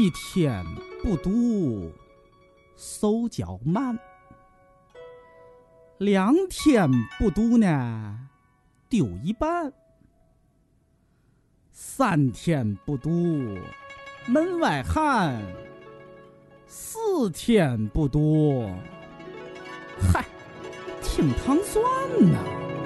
一天不读手脚慢，2天不读呢丢一半，3天不读门外汉，4天不读，嗨，挺糖酸呐。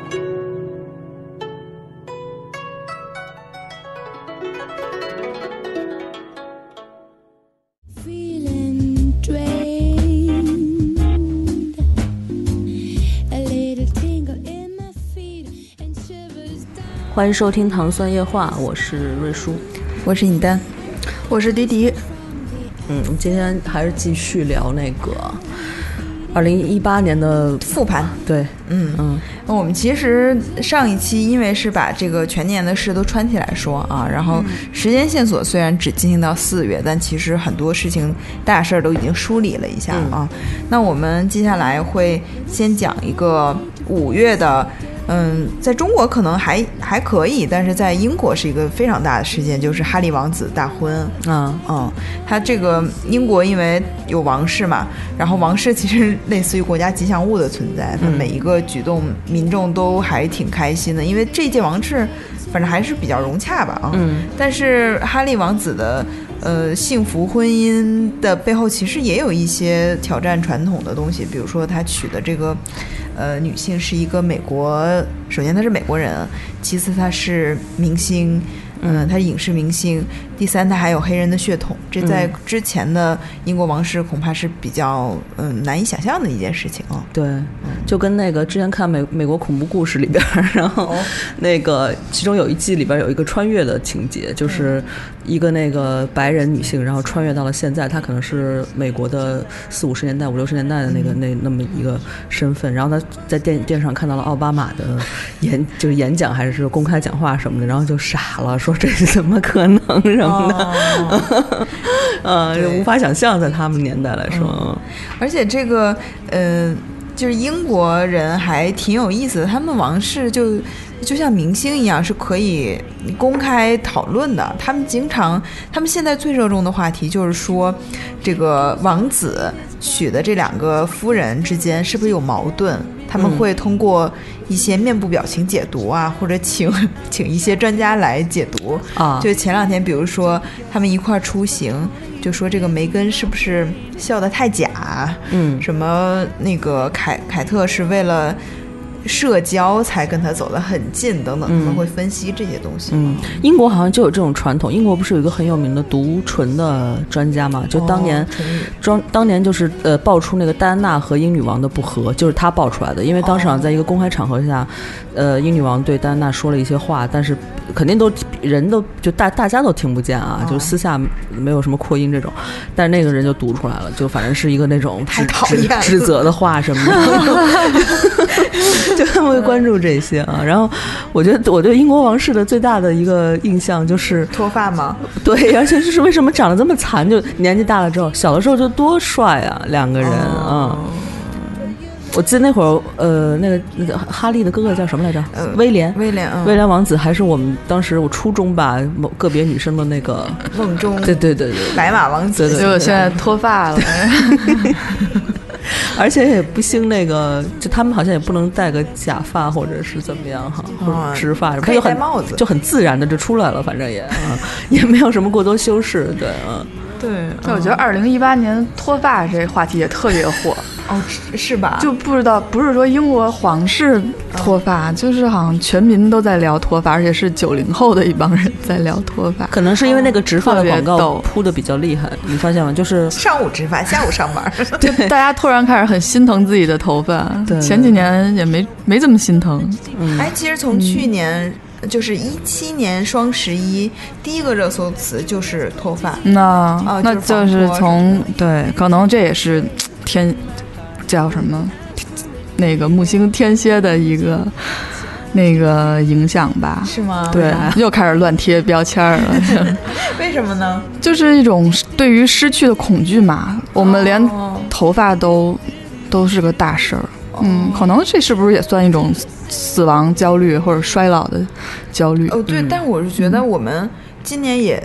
欢迎收听糖酸夜话，我是瑞叔， 我是尹丹， 我是迪迪。 今天还是继续聊那个2018年的复盘。 对， 我们其实上一期因为是把这个全年的事都串起来说啊，然后时间线索虽然只进行到4月，但其实很多事情大事都已经梳理了一下啊。那我们接下来会先讲一个5月的。在中国可能还可以，但是在英国是一个非常大的事件，就是哈利王子大婚。他这个英国因为有王室嘛，然后王室其实类似于国家吉祥物的存在，他每一个举动民众都还挺开心的，因为这届王室反正还是比较融洽吧啊。但是哈利王子的幸福婚姻的背后其实也有一些挑战传统的东西，比如说他娶的这个女性是一个首先她是美国人，其次她是明星，她是影视明星，第三她还有黑人的血统，这在之前的英国王室恐怕是比较难以想象的一件事情啊。 对，就跟那个之前看美国恐怖故事里边，然后那个其中有一季里边有一个穿越的情节，就是一个那个白人女性，然后穿越到了现在，她可能是美国的40、50年代、50、60年代的那么一个身份，然后她在电视上看到了奥巴马的演讲还是公开讲话什么的，然后就傻了，说这是怎么可能什么的，无法想象在他们年代来说。 而且这个就是英国人还挺有意思的，他们王室就像明星一样是可以公开讨论的。他们现在最热衷的话题就是说，这个王子娶的这2个夫人之间是不是有矛盾？他们会通过一些面部表情解读啊，或者请一些专家来解读啊。就前2天，比如说他们一块出行，就说这个梅根是不是笑得太假？什么那个凯特是为了社交才跟他走得很近等等，他们会分析这些东西。 英国好像就有这种传统，英国不是有一个很有名的读唇的专家嘛？就当年就是爆出那个戴安娜和英女王的不和，就是他爆出来的。因为当时在一个公开场合下，英女王对戴安娜说了一些话，但是肯定就大家都听不见啊，就私下没有什么扩音这种，但是那个人就读出来了，就反正是一个那种指责的话什么的。就他们会关注这些啊，然后我对英国王室的最大的一个印象就是脱发吗？ 对，而且就是为什么长得这么残，就年纪大了之后，小的时候就多帅啊，2个人我记得那会儿，那个哈利的哥哥叫什么来着？威廉王子，还是我初中吧，个别女生的那个梦中， 对， 白马王子， 结果现在脱发了。 而且也不兴那个，就他们好像也不能戴个假发或者是怎么样哈，或者直发， 可以戴帽子， 就很自然的就出来了，反正也没有什么过多修饰， 对。 我觉得2018年脱发这话题也特别火。 是吧？ 就不知道，不是说英国皇室脱发，就是好像全民都在聊脱发，而且是90后的一帮人在聊脱发。 可能是因为那个植发的广告铺的比较厉害，你发现吗？就是上午植发，下午上班。 对，大家突然开始很心疼自己的头发。对，前几年也没这么心疼。 其实从去年就是17年双11，第一个热搜词就是脱发。 那就是从对，可能这也是叫什么那个木星天蝎的一个那个影响吧？ 是吗？ 对，又开始乱贴标签了。 为什么呢？ 就是一种对于失去的恐惧嘛。我们连头发都是个大事儿。可能这是不是也算一种死亡焦虑或者衰老的焦虑？ 对，但我是觉得我们今年也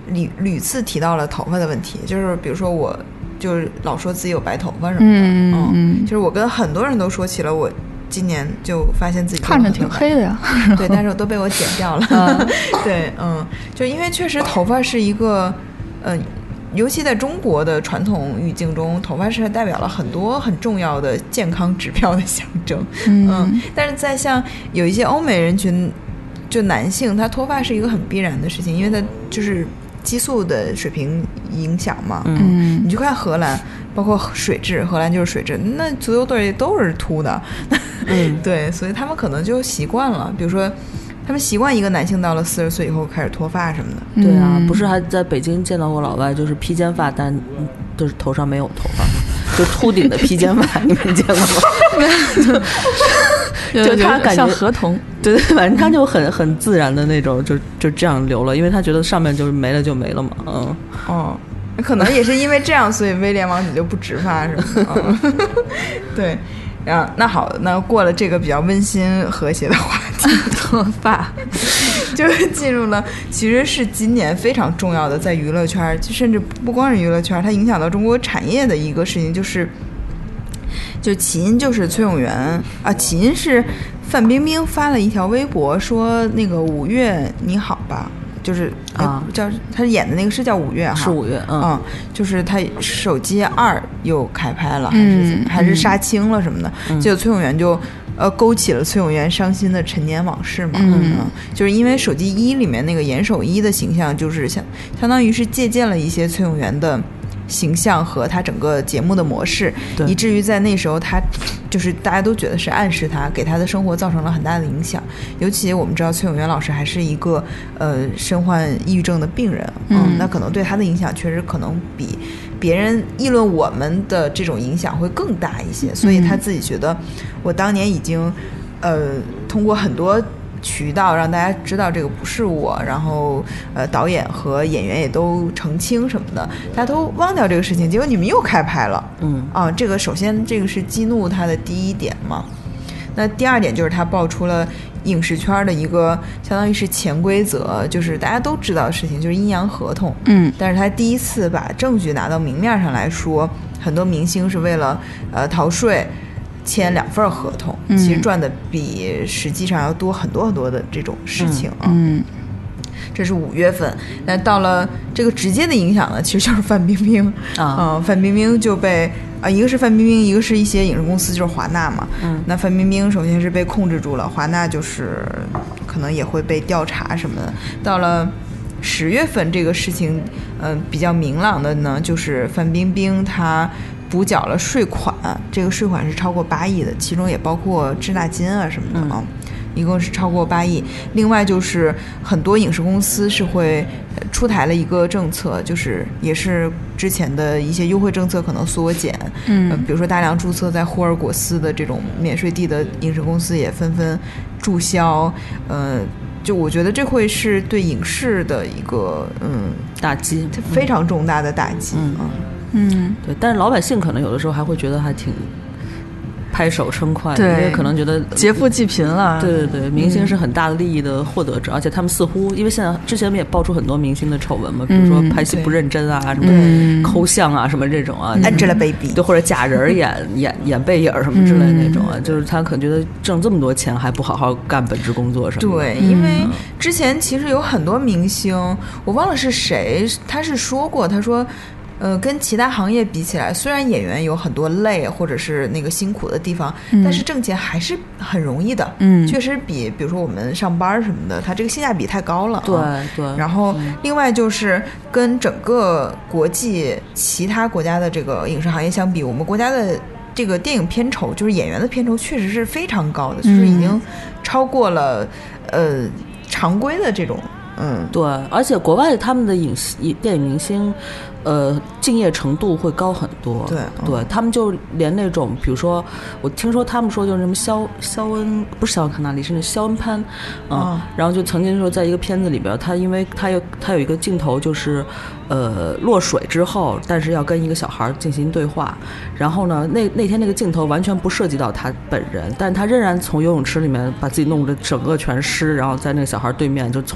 屡次提到了头发的问题，就是比如说我就是老说自己有白头发什么的，就是我跟很多人都说起了我今年就发现自己看着挺黑的呀， 对，但是我都被我剪掉了。对，就因为确实头发是一个，尤其在中国的传统语境中，头发是代表了很多很重要的健康指标的象征。但是在像有一些欧美人群，就男性他脱发是一个很必然的事情，因为他就是激素的水平影响嘛。你去看荷兰，包括水质，荷兰就是水质，那足球队都是秃的。对，所以他们可能就习惯了，比如说他们习惯一个男性到了40岁以后开始脱发什么的。 对啊，不是还在北京见到过老外，就是披肩发，但就是头上没有头发，就秃顶的披肩发，你没见过吗？就他感觉像合同， 对，反正他就很自然的那种，就这样留了，因为他觉得上面就是没了就没了嘛。 可能也是因为这样，所以威廉王子就不植发是吗？对。那好，那过了这个比较温馨和谐的话题，脱发，就进入了其实是今年非常重要的在娱乐圈，甚至不光是娱乐圈，它影响到中国产业的一个事情，就起因就是崔永元啊，起因是范冰冰发了一条微博说那个5月你好吧。就是叫他演的那个是叫5月哈， 是5月， 就是他手机2又开拍了，还是杀青了什么的，结果崔永元就勾起了崔永元伤心的陈年往事嘛，就是因为手机1里面那个严守一的形象，就是相当于是借鉴了一些崔永元的形象和他整个节目的模式，以至于在那时候他就是大家都觉得是暗示他，给他的生活造成了很大的影响。尤其我们知道崔永元老师还是一个身患抑郁症的病人，那可能对他的影响确实可能比别人议论我们的这种影响会更大一些，所以他自己觉得我当年已经通过很多渠道让大家知道这个不是我，然后导演和演员也都澄清什么的，大家都忘掉这个事情，结果你们又开拍了。这个首先这个是激怒他的第一点嘛。那第二点就是他爆出了影视圈的一个相当于是潜规则，就是大家都知道的事情，就是阴阳合同。但是他第一次把证据拿到明面上来说，很多明星是为了逃税签2份合同，其实赚的比实际上要多很多很多的这种事情啊。这是5月份，那到了这个直接的影响呢，其实就是范冰冰范冰冰就被一个是范冰冰，一个是一些影视公司，就是华纳嘛。那范冰冰首先是被控制住了，华纳就是可能也会被调查什么的。到了10月份，这个事情比较明朗的呢，就是范冰冰她补缴了税款，这个税款是超过8亿的，其中也包括滞纳金啊什么的一共是超过8亿。另外就是很多影视公司是会出台了一个政策，就是也是之前的一些优惠政策可能缩减，比如说大量注册在霍尔果斯的这种免税地的影视公司也纷纷注销，就我觉得这会是对影视的一个打击， 非常重大的打击。 对，但是老百姓可能有的时候还会觉得还挺拍手称快，因为可能觉得劫富济贫了。 对，明星是很大的利益的获得者，而且他们似乎因为现在之前也爆出很多明星的丑闻嘛，比如说拍戏不认真啊，什么抠像啊，什么这种啊 ，Angelababy， 对，或者假人演背影什么之类的那种啊，就是他可能觉得挣这么多钱还不好好干本职工作什么的。 对，因为之前其实有很多明星，我忘了是谁，他是说过，他说跟其他行业比起来，虽然演员有很多累或者是那个辛苦的地方，但是挣钱还是很容易的。确实比如说我们上班什么的，它这个性价比太高了。 对。 然后另外就是跟整个国际其他国家的这个影视行业相比，我们国家的这个电影片酬，就是演员的片酬确实是非常高的，就是已经超过了常规的这种。 对，而且国外他们的电影明星敬业程度会高很多。对，他们就连那种比如说我听说他们说就是什么肖恩，不是肖恩康纳利，是那肖恩潘然后就曾经说在一个片子里边，他因为他有一个镜头就是落水之后，但是要跟一个小孩进行对话，然后呢那天那个镜头完全不涉及到他本人，但他仍然从游泳池里面把自己弄得整个全湿，然后在那个小孩对面就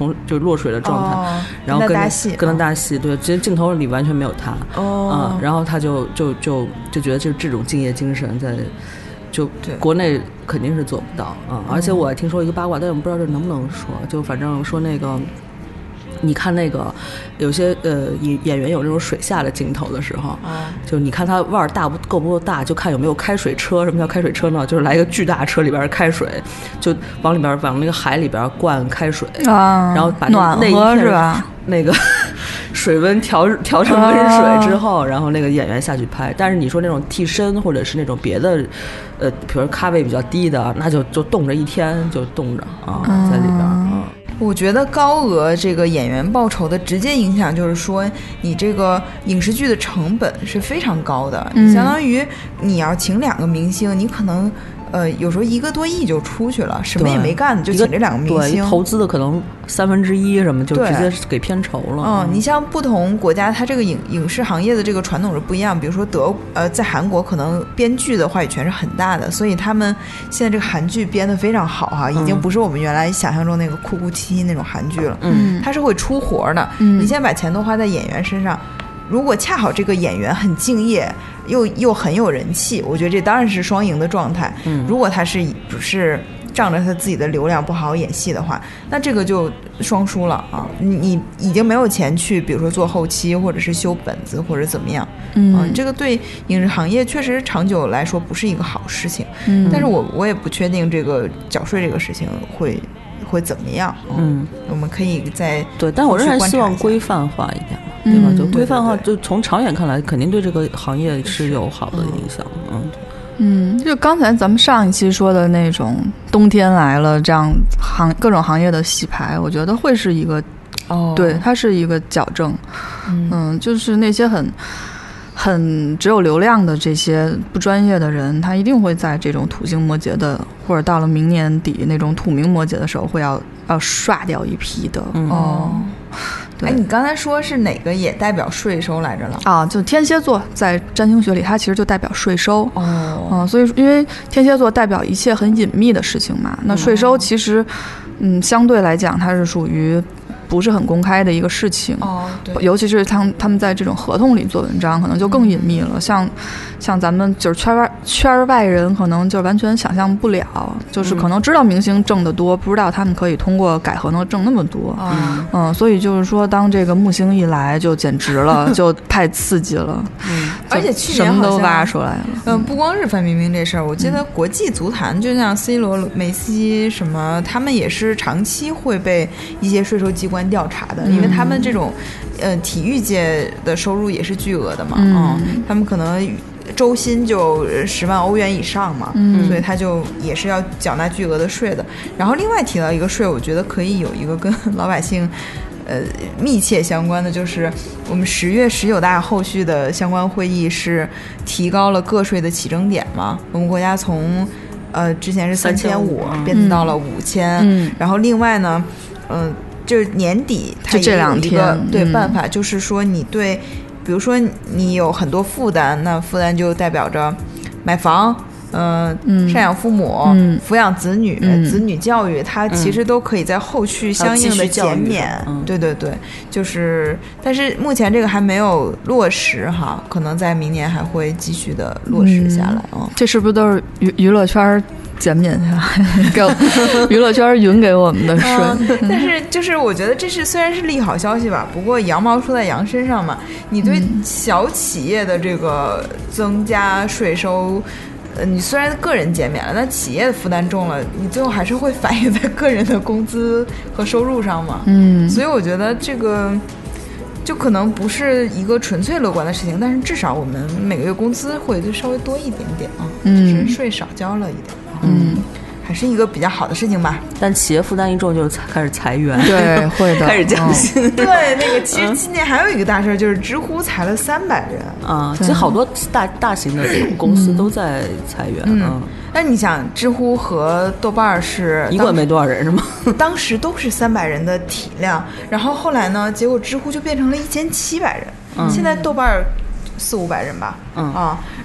落水的状态，然后跟他搭戏，对，其实镜头里完全没有他，然后他就觉得这种敬业精神在。就国内肯定是做不到而且我还听说一个八卦，但我不知道这能不能说，就反正说那个。你看那个有些演员有那种水下的镜头的时候，就你看他腕儿大不够大，就看有没有开水车。什么叫开水车呢？就是来一个巨大车里边开水，就往那个海里边灌开水然后把暖和是吧？ 那个水温调成温水之后，然后那个演员下去拍。但是你说那种替身或者是那种别的，比如咖位比较低的，那就冻着一天就冻着在里边我觉得高额这个演员报酬的直接影响就是说，你这个影视剧的成本是非常高的。你相当于你要请2个明星，你可能有时候1个多亿就出去了，什么也没干就请这2个明星， 对，投资的可能1/3什么就直接给片酬了。 你像不同国家，它这个影视行业的这个传统是不一样。比如说在韩国，可能编剧的话语权是很大的，所以他们现在这个韩剧编得非常好哈，已经不是我们原来想象中那个酷酷七那种韩剧了。它是会出活的。你现在把钱都花在演员身上，如果恰好这个演员很敬业，又很有人气，我觉得这当然是双赢的状态。如果他不是仗着他自己的流量不好好演戏的话，那这个就双输了你已经没有钱去比如说做后期或者是修本子或者怎么样这个对影视行业确实长久来说不是一个好事情。但是我也不确定这个缴税这个事情会怎么样。我们可以再对，但我仍然希望规范化一点嘛，对吧？就规范化，就从长远看来，肯定对这个行业是有好的影响。 就刚才咱们上一期说的那种冬天来了这样各种行业的洗牌，我觉得会是一个对，它是一个矫正。就是那些很只有流量的这些不专业的人，他一定会在这种土星摩羯的，或者到了明年底那种土冥摩羯的时候，会要刷掉一批的。对， 你刚才说是哪个也代表税收来着了？ 就天蝎座在占星学里，它其实就代表税收。所以因为天蝎座代表一切很隐秘的事情嘛，那税收其实，相对来讲，它是属于不是很公开的一个事情。 对， 尤其是他们在这种合同里做文章，可能就更隐秘了。像咱们就是圈外人，可能就完全想象不了，就是可能知道明星挣得多，不知道他们可以通过改合同挣那么多。所以就是说，当这个木星一来，就简直了，就太刺激了。 而且去年什么都挖出来了。 不光是范冰冰这事儿，我记得国际足坛，就像 C 罗、梅西什么，他们也是长期会被一些税收机关调查的，因为他们这种体育界的收入也是巨额的嘛。他们可能周薪就10万欧元以上嘛，所以他就也是要缴纳巨额的税的。然后另外提到一个税，我觉得可以有一个跟老百姓密切相关的，就是我们10月19大后续的相关会议是提高了个税的起征点嘛，我们国家从之前是3500变成到了5000。然后另外呢就是年底它也有一个办法，就是说你对比如说你有很多负担，那负担就代表着买房赡养父母抚养子女子女教育，它其实都可以在后续相应的减免。对，就是但是目前这个还没有落实哈，可能在明年还会继续的落实下来。 这是不是都是娱乐圈减免下来给娱乐圈匀给我们的税？ 但是就是我觉得这是虽然是利好消息吧，不过羊毛出在羊身上嘛，你对小企业的这个增加税收你虽然个人减免了，但企业的负担重了，你最后还是会反映在个人的工资和收入上嘛。所以我觉得这个就可能不是一个纯粹乐观的事情，但是至少我们每个月工资会稍微多一点点就是税少交了一点。还是一个比较好的事情吧。 但企业负担一重就开始裁员， 对，会的， 开始降薪。 对，那个其实今年还有一个大事，就是知乎裁了300人其实好多大型的公司都在裁员。 那你想，知乎和豆瓣是一个没多少人是吗？ 当时都是300人的体量，然后后来呢，结果知乎就变成了1700人，现在豆瓣400-500人吧。然后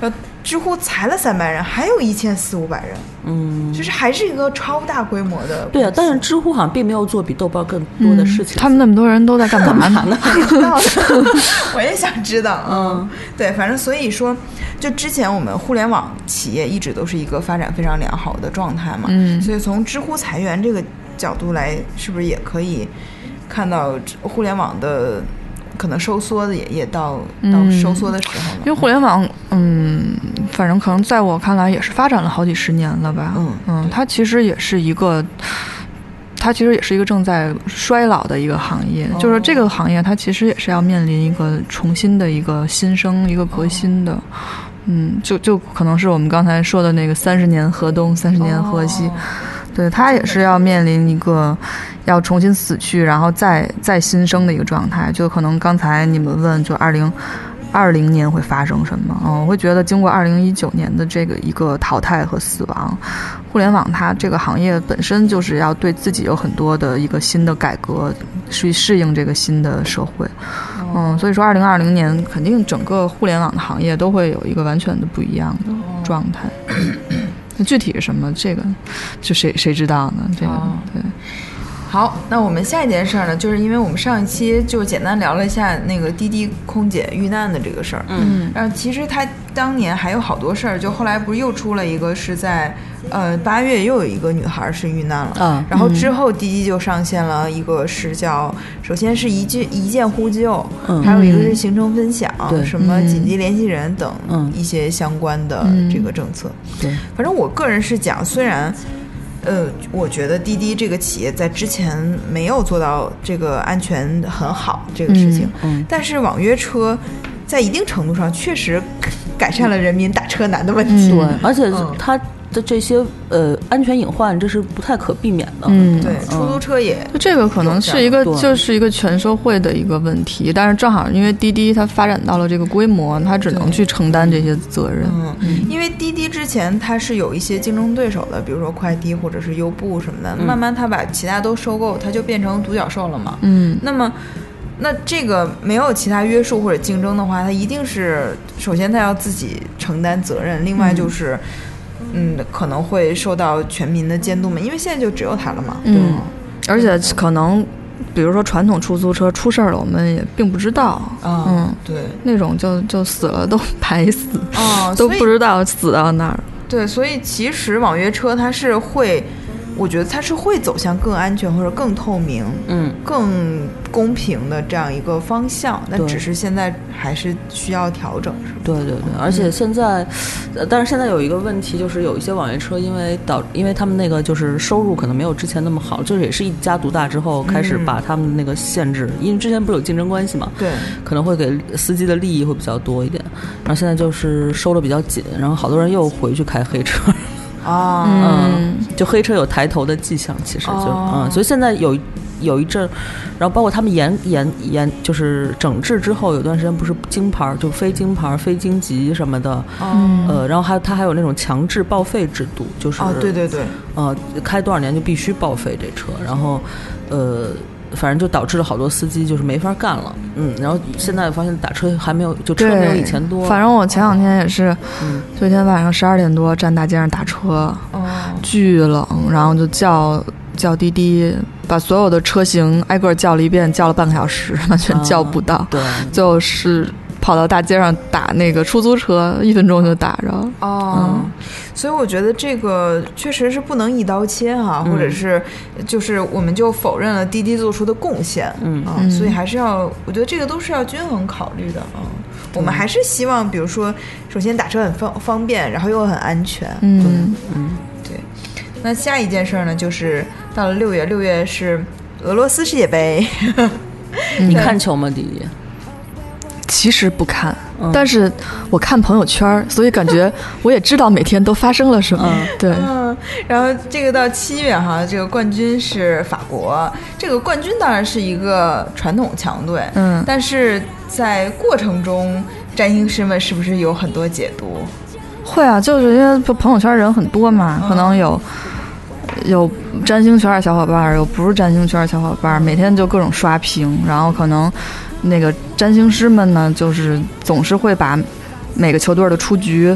知乎才了300人，还有1400-1500人，就是还是一个超大规模的。 对啊，但是知乎好像并没有做比豆瓣更多的事情。 他们那么多人都在干嘛呢？ 我也想知道。对，反正所以说，就之前我们互联网企业一直都是一个发展非常良好的状态嘛。所以从知乎裁员这个角度来，是不是也可以看到互联网的可能收缩的也到收缩的时候了？ 因为互联网，反正可能在我看来也是发展了好几十年了吧。它其实也是一个正在衰老的一个行业。就是这个行业它其实也是要面临一个重新的一个新生，一个革新的。就可能是我们刚才说的那个30年河东30年河西。对，它也是要面临一个要重新死去，然后再新生的一个状态。就可能刚才你们问，就2020年会发生什么？我会觉得经过2019年的这个一个淘汰和死亡，互联网它这个行业本身就是要对自己有很多的一个新的改革，去适应这个新的社会。所以说2020年肯定整个互联网的行业都会有一个完全的不一样的状态。那具体是什么，这个就谁知道呢？这个对。 好，那我们下一件事呢，就是因为我们上一期就简单聊了一下那个滴滴空姐遇难的这个事儿。然后其实他当年还有好多事儿，就后来不是又出了一个是在8月又有一个女孩是遇难了。然后之后滴滴就上线了一个是叫，首先是一键呼救，还有一个是行程分享，什么紧急联系人等一些相关的这个政策。 对， 反正我个人是讲，虽然我觉得滴滴这个企业在之前没有做到这个安全很好这个事情，但是网约车在一定程度上确实改善了人民打车难的问题。 对，而且它的这些安全隐患，这是不太可避免的。 对，出租车也这个可能是一个就是一个全社会的一个问题，但是正好因为滴滴它发展到了这个规模，它只能去承担这些责任。 因为滴滴之前它是有一些竞争对手的，比如说快滴或者是优步什么的，慢慢它把其他都收购，它就变成独角兽了嘛。那这个没有其他约束或者竞争的话，它一定是首先它要自己承担责任，另外就是可能会受到全民的监督嘛，因为现在就只有它了嘛。 而且可能比如说传统出租车出事儿了，我们也并不知道。 对， 那种就死了都白死，都不知道死到哪儿。 对，所以其实网约车它是会，我觉得它是会走向更安全或者更透明、更公平的这样一个方向，但只是现在还是需要调整，是吧？ 对，而且现在，但是现在有一个问题，就是有一些网约车因为他们那个就是收入可能没有之前那么好，就是也是一家独大之后开始把他们的那个限制，因为之前不是有竞争关系嘛， 对， 可能会给司机的利益会比较多一点，然后现在就是收的比较紧，然后好多人又回去开黑车。就黑车有抬头的迹象，其实就所以现在有一阵，然后包括他们严就是整治之后，有段时间不是京牌就非京牌、非京籍什么的，然后他还有那种强制报废制度，就是对， 开多少年就必须报废这车，然后反正就导致了好多司机就是没法干了，然后现在发现打车还没有，就车没有以前多。 反正我前两天也是，昨天晚上12点多站大街上打车，巨冷，然后就叫滴滴，把所有的车型挨个叫了一遍，叫了半个小时，完全叫不到， 对， 就是跑到大街上打那个出租车，1分钟就打着。 所以我觉得这个确实是不能一刀切哈，或者是就是我们就否认了滴滴做出的贡献，所以还是要，我觉得这个都是要均衡考虑的啊。我们还是希望，比如说，首先打车很方便，然后又很安全。对。那下一件事呢，就是到了6月是俄罗斯世界杯。 你看球吗，弟弟？ 其实不看，但是我看朋友圈，所以感觉我也知道每天都发生了什么。对， 然后这个到7月哈，这个冠军是法国，这个冠军当然是一个传统强队，但是在过程中，占星师们是不是有很多解读？ 会啊，就是因为朋友圈人很多嘛，可能有占星圈的小伙伴，有不是占星圈的小伙伴，每天就各种刷屏，然后可能那个占星师们呢，就是总是会把每个球队的出局，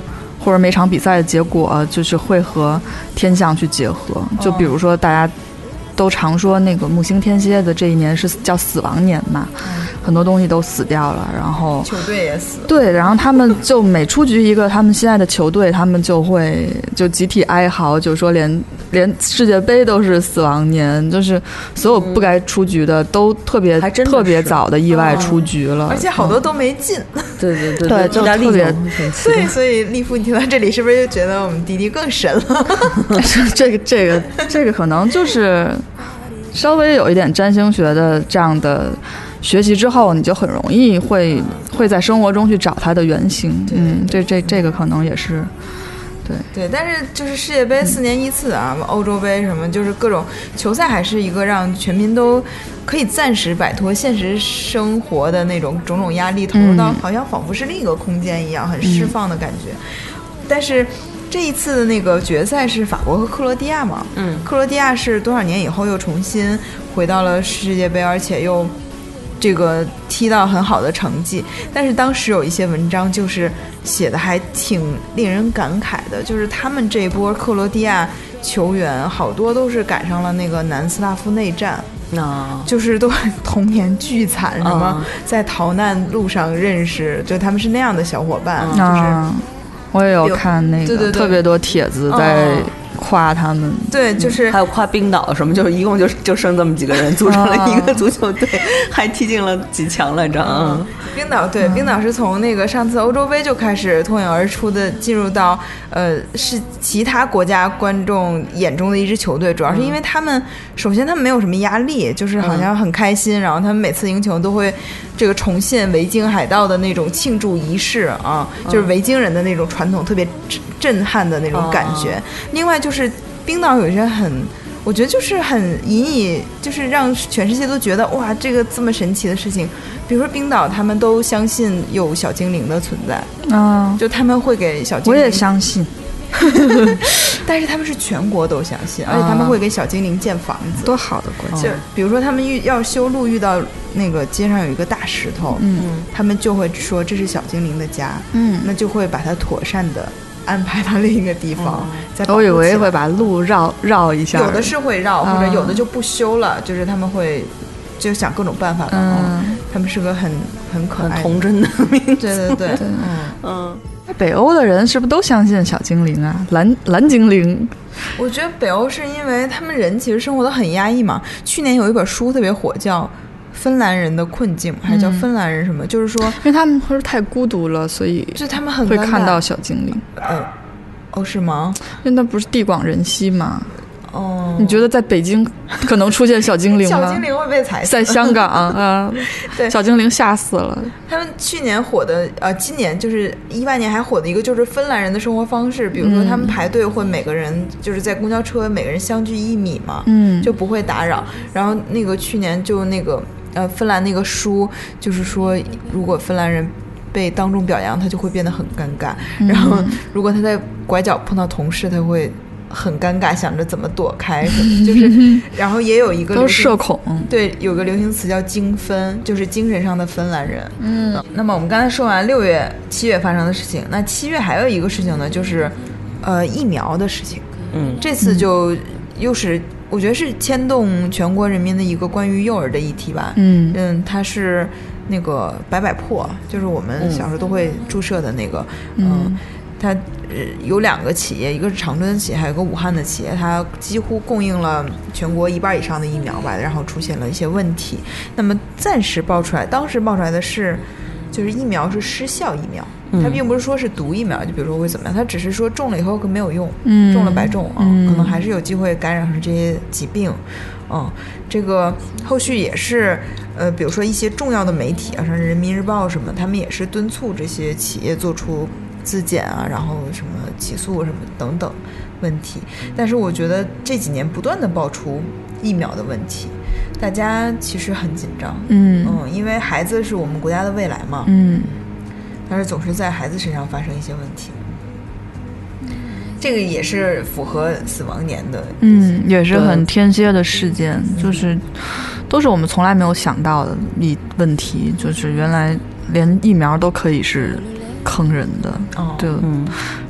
或者每场比赛的结果就是会和天象去结合。就比如说大家都常说那个木星天蝎的这一年是叫死亡年嘛，很多东西都死掉了，然后球队也死了。 对，然后他们就每出局一个他们心爱的球队，他们就会就集体哀嚎，就说连世界杯都是死亡年，就是所有不该出局的都特别早的意外出局了， 而且好多都没进。 对， 就特别对，所以利夫，你听到这里是不是就觉得我们迪迪更神了？ 这个可能就是稍微有一点占星学的这样的学习之后，你就很容易会在生活中去找它的原型。这个可能也是对，但是就是世界杯4年1次啊，欧洲杯什么，就是各种球赛，还是一个让全民都可以暂时摆脱现实生活的那种种种压力，投入到好像仿佛是另一个空间一样，很释放的感觉。但是这一次的那个决赛是法国和克罗地亚嘛，克罗地亚是多少年以后又重新回到了世界杯，而且又这个踢到很好的成绩。但是当时有一些文章就是写的还挺令人感慨的，就是他们这一波克罗地亚球员好多都是赶上了那个南斯拉夫内战，就是都童年巨惨，什么在逃难路上认识，就他们是那样的小伙伴，就是我也有看那个，对，特别多帖子在夸他们。 对，就是还有夸冰岛什么，就是一共就剩这么几个人组成了一个足球队，还踢进了几强来着。 冰岛对，冰岛是从那个上次欧洲杯就开始脱颖而出的，进入到是其他国家观众眼中的一支球队，主要是因为他们首先他们没有什么压力，就是好像很开心，然后他们每次赢球都会这个重现维京海盗的那种庆祝仪式啊，就是维京人的那种传统特别震撼的那种感觉。另外就是冰岛有一些我觉得就是很引以，就是让全世界都觉得哇，这个这么神奇的事情。比如说冰岛，他们都相信有小精灵的存在，就他们会给小精灵， 我也相信， 但是他们是全国都相信，而且他们会给小精灵建房子， 多好的国家！ 就比如说他们要修路，遇到那个街上有一个大石头，他们就会说这是小精灵的家，那就会把它妥善的安排到另一个地方。 我以为会把路绕一下， 有的是会绕，或者有的就不修了，就是他们会就想各种办法吧。他们是个很可爱、 很童真的民族。 对， 北欧的人是不是都相信小精灵啊？蓝精灵？ 我觉得北欧是因为他们人其实生活都很压抑嘛。去年有一本书特别火，叫芬兰人的困境，还是叫芬兰人什么？就是说， 因为他们会太孤独了，所以就他们很会看到小精灵。 是吗？ 因为那不是地广人稀吗？你觉得在北京可能出现小精灵吗？ 小精灵会被踩死。 在香港对，小精灵吓死了。 他们去年火的今年就是18年还火的一个就是芬兰人的生活方式，比如说他们排队会每个人就是在公交车每个人相距1米嘛，就不会打扰。然后那个去年就那个芬兰那个书就是说，如果芬兰人被当众表扬，他就会变得很尴尬。然后如果他在拐角碰到同事，他会很尴尬，想着怎么躲开什么，就是然后也有一个都是社恐， 对，有个流行词叫精分，就是精神上的芬兰人。那么我们刚才说完6月、7月发生的事情，那7月还有一个事情呢，就是疫苗的事情。这次就又是我觉得是牵动全国人民的一个关于幼儿的议题吧。它是那个百破，就是我们小时候都会注射的那个。它有2个企业，一个是长春的企业，还有一个武汉的企业，它几乎供应了全国1半以上的疫苗吧，然后出现了一些问题。那么暂时当时爆出来的是，就是疫苗是失效疫苗，它并不是说是毒疫苗，就比如说会怎么样，它只是说中了以后可没有用，中了白中可能还是有机会感染上这些疾病。这个后续也是比如说一些重要的媒体啊，像人民日报什么，他们也是敦促这些企业做出自检啊，然后什么起诉什么等等问题。但是我觉得这几年不断的爆出疫苗的问题，大家其实很紧张。因为孩子是我们国家的未来嘛。但是总是在孩子身上发生一些问题。这个也是符合死亡年的， 也是很天蝎的事件，就是都是我们从来没有想到的问题，就是原来连疫苗都可以是坑人的。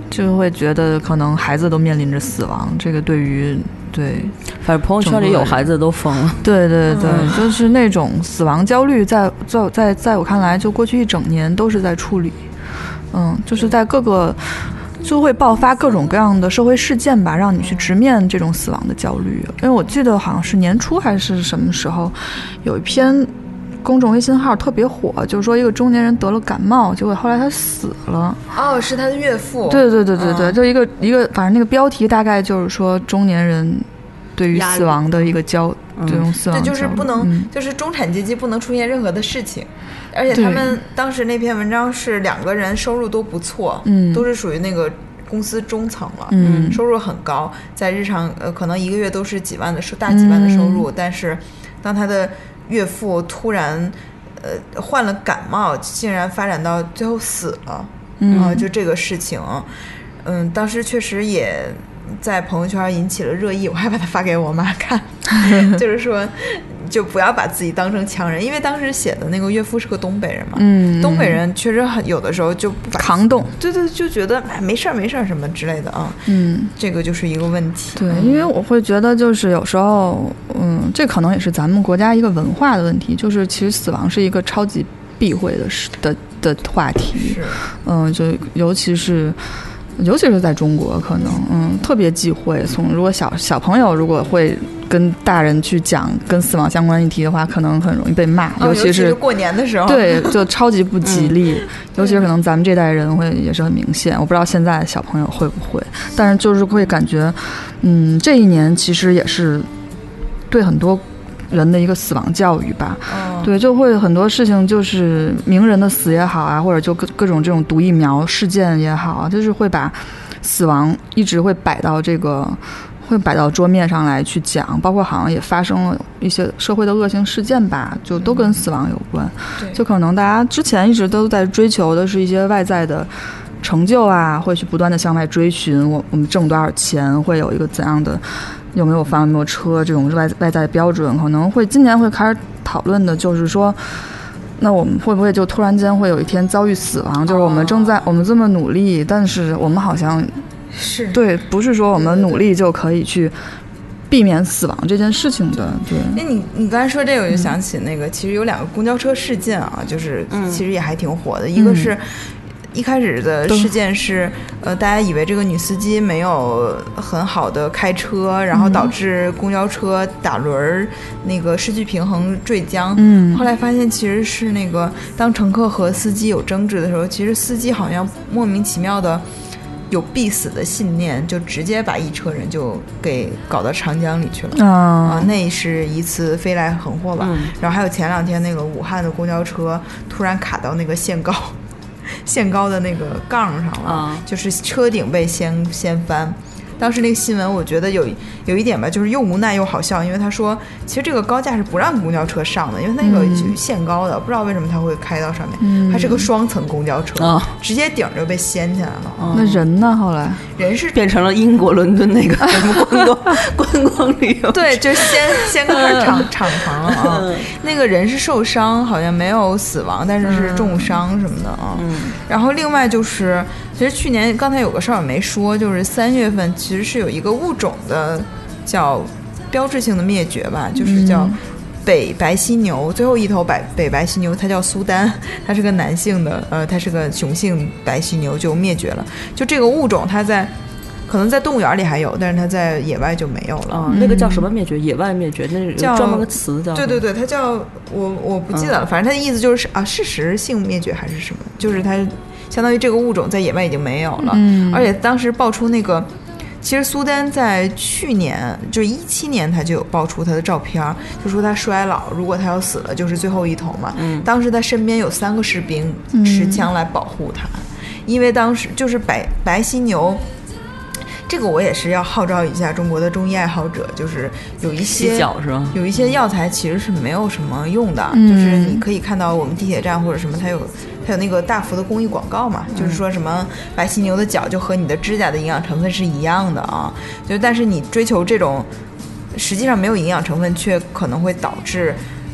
就会觉得可能孩子都面临着死亡，这个对于对， 反正朋友圈里有孩子都疯了。 对对对，就是那种死亡焦虑在我看来，就过去一整年都是在处理，就是在各个就会爆发各种各样的社会事件吧，让你去直面这种死亡的焦虑。因为我记得好像是年初还是什么时候，有一篇公众微信号特别火，就是说一个中年人得了感冒，结果后来他死了。 哦，是他的岳父。 对对对对对，就一个，反正那个标题大概就是说中年人对于死亡的一个这种死亡焦虑， 这就是不能，就是中产阶级不能出现任何的事情。而且他们当时那篇文章是2个人收入都不错，都是属于那个公司中层了，收入很高，在日常可能一个月都是大几万的收入，但是当他的岳父突然患了感冒，竟然发展到最后死了，就这个事情，当时确实也在朋友圈引起了热议，我还把它发给我妈看，就是说就不要把自己当成强人，因为当时写的那个岳父是个东北人嘛，东北人确实有的时候就不扛动， 对对，就觉得没事什么之类的啊，这个就是一个问题。 对，因为我会觉得就是有时候，这可能也是咱们国家一个文化的问题，就是其实死亡是一个超级避讳的话题，就尤其是在中国，可能特别忌讳。如果小朋友如果会跟大人去讲跟死亡相关议题的话，可能很容易被骂，尤其是过年的时候， 对，就超级不吉利。尤其是可能咱们这代人会也是很明显，我不知道现在小朋友会不会，但是就是会感觉，这一年其实也是对很多人的一个死亡教育吧，对，就会很多事情就是名人的死也好啊，或者就各种这种毒疫苗事件也好啊，就是会把死亡一直会摆到桌面上来去讲，包括好像也发生了一些社会的恶性事件吧，就都跟死亡有关。就可能大家之前一直都在追求的是一些外在的成就啊，会去不断的向外追寻我们挣多少钱，会有一个怎样的有没有房有没有车这种外在标准，可能会今年会开始讨论的就是说，那我们会不会就突然间会有一天遭遇死亡，就是我们这么努力，但是我们好像是对，不是说我们努力就可以去避免死亡这件事情的。对， 那你刚才说这个，我就想起那个，其实有2个公交车事件啊，就是其实也还挺火的，一个是一开始的事件是大家以为这个女司机没有很好的开车，然后导致公交车打轮那个失去平衡坠江，后来发现其实是那个当乘客和司机有争执的时候，其实司机好像莫名其妙的有必死的信念，就直接把一车人就给搞到长江里去了，那是一次飞来横祸吧。然后还有前2天那个武汉的公交车突然卡到那个限高的那个杠上了，就是车顶被掀翻。当时那个新闻我觉得有一点吧，就是又无奈又好笑，因为他说其实这个高架是不让公交车上的，因为那个限高的，不知道为什么他会开到上面，还是个双层公交车，直接顶就被掀起来了。 那人呢？后来人是变成了英国伦敦那个什么观光旅游， 对，就掀个敞篷啊，那个人是受伤，好像没有死亡，但是是重伤什么的啊。然后另外就是，其实去年刚才有个事儿我没说，就是3月份其实是有一个物种的叫标志性的灭绝吧，就是叫北白犀牛，最后一头北白犀牛，它叫苏丹，它是个男性的，它是个雄性白犀牛，就灭绝了。就这个物种，它可能在动物园里还有，但是它在野外就没有了。 那个叫什么灭绝？野外灭绝，那叫专门个词叫。 对，它叫我不记得了，反正它的意思就是事实性灭绝还是什么，就是它相当于这个物种在野外已经没有了。而且当时爆出那个。其实苏丹在去年就是17年他就有爆出他的照片，就说他衰老，如果他要死了就是最后一头嘛。当时他身边有3个士兵持枪来保护他，因为当时就是白犀牛，这个我也是要号召一下中国的中医爱好者，就是有一些药材其实是没有什么用的，就是你可以看到我们地铁站或者什么它有那个大幅的公益广告嘛，就是说什么白犀牛的角就和你的指甲的营养成分是一样的啊，但是你追求这种实际上没有营养成分却可能会导致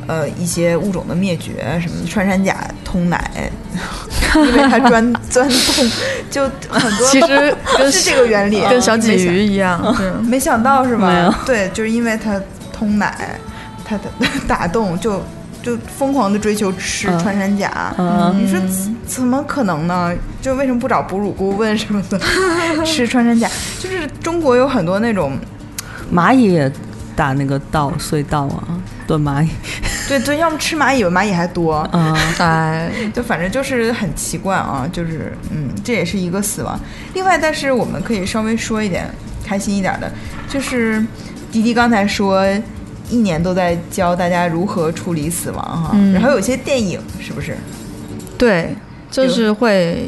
一些物种的灭绝什么的，穿山甲通奶，因为它钻洞，就很多其实跟是这个原理， 跟小鲫鱼一样， 没想到是没有吧？对，就是因为它通奶，它的打洞就疯狂的追求吃穿山甲，你说怎么可能呢？就为什么不找哺乳顾问什么的吃穿山甲？就是中国有很多那种蚂蚁也打那个隧道啊，炖蚂蚁。 对，要么吃蚂蚁比蚂蚁还多， 哎， 就反正就是很奇怪啊，就是这也是一个死亡。另外，但是我们可以稍微说一点开心一点的，就是迪迪刚才说1年都在教大家如何处理死亡哈，然后有些电影是不是？ 对，就是会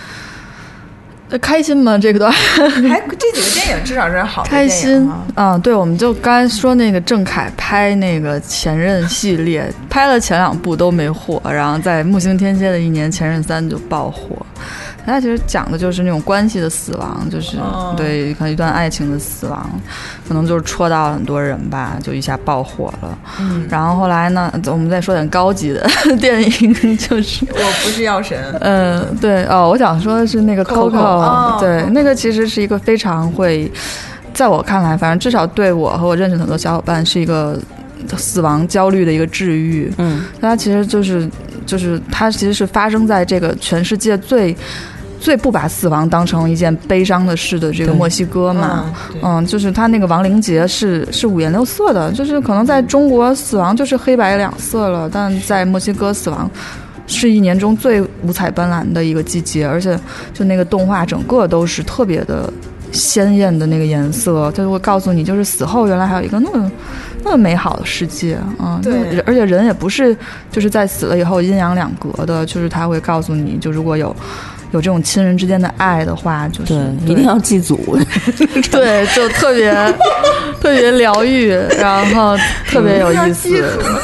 开心吗？这个段这几个电影至少是好的开电影心对，我们就刚才说那个郑恺拍那个前任系列，拍了前2部都没火，然后在木星天蝎的1年，前任3就爆火。它其实讲的就是那种关系的死亡，就是对，可能一段爱情的死亡，可能就是戳到很多人吧，就一下爆火了。然后后来呢，我们再说点高级的电影，就是我不是药神。 对我想说的是那个 Coco，对，那个其实是一个非常会，在我看来，反正至少对我和我认识的很多小伙伴是一个死亡焦虑的一个治愈。它其实就是它其实是发生在这个全世界最不把死亡当成一件悲伤的事的这个墨西哥嘛，就是它那个亡灵节是5颜6色的，就是可能在中国死亡就是黑白2色了，但在墨西哥死亡是1年中最五彩斑斓的一个季节，而且就那个动画整个都是特别的鲜艳的那个颜色，就会告诉你就是死后原来还有一个那么美好的世界对， 而且人也不是就是在死了以后阴阳两隔的，就是他会告诉你，就如果有这种亲人之间的爱的话，就是对一定要祭祖， 对，就特别疗愈，然后特别有意思，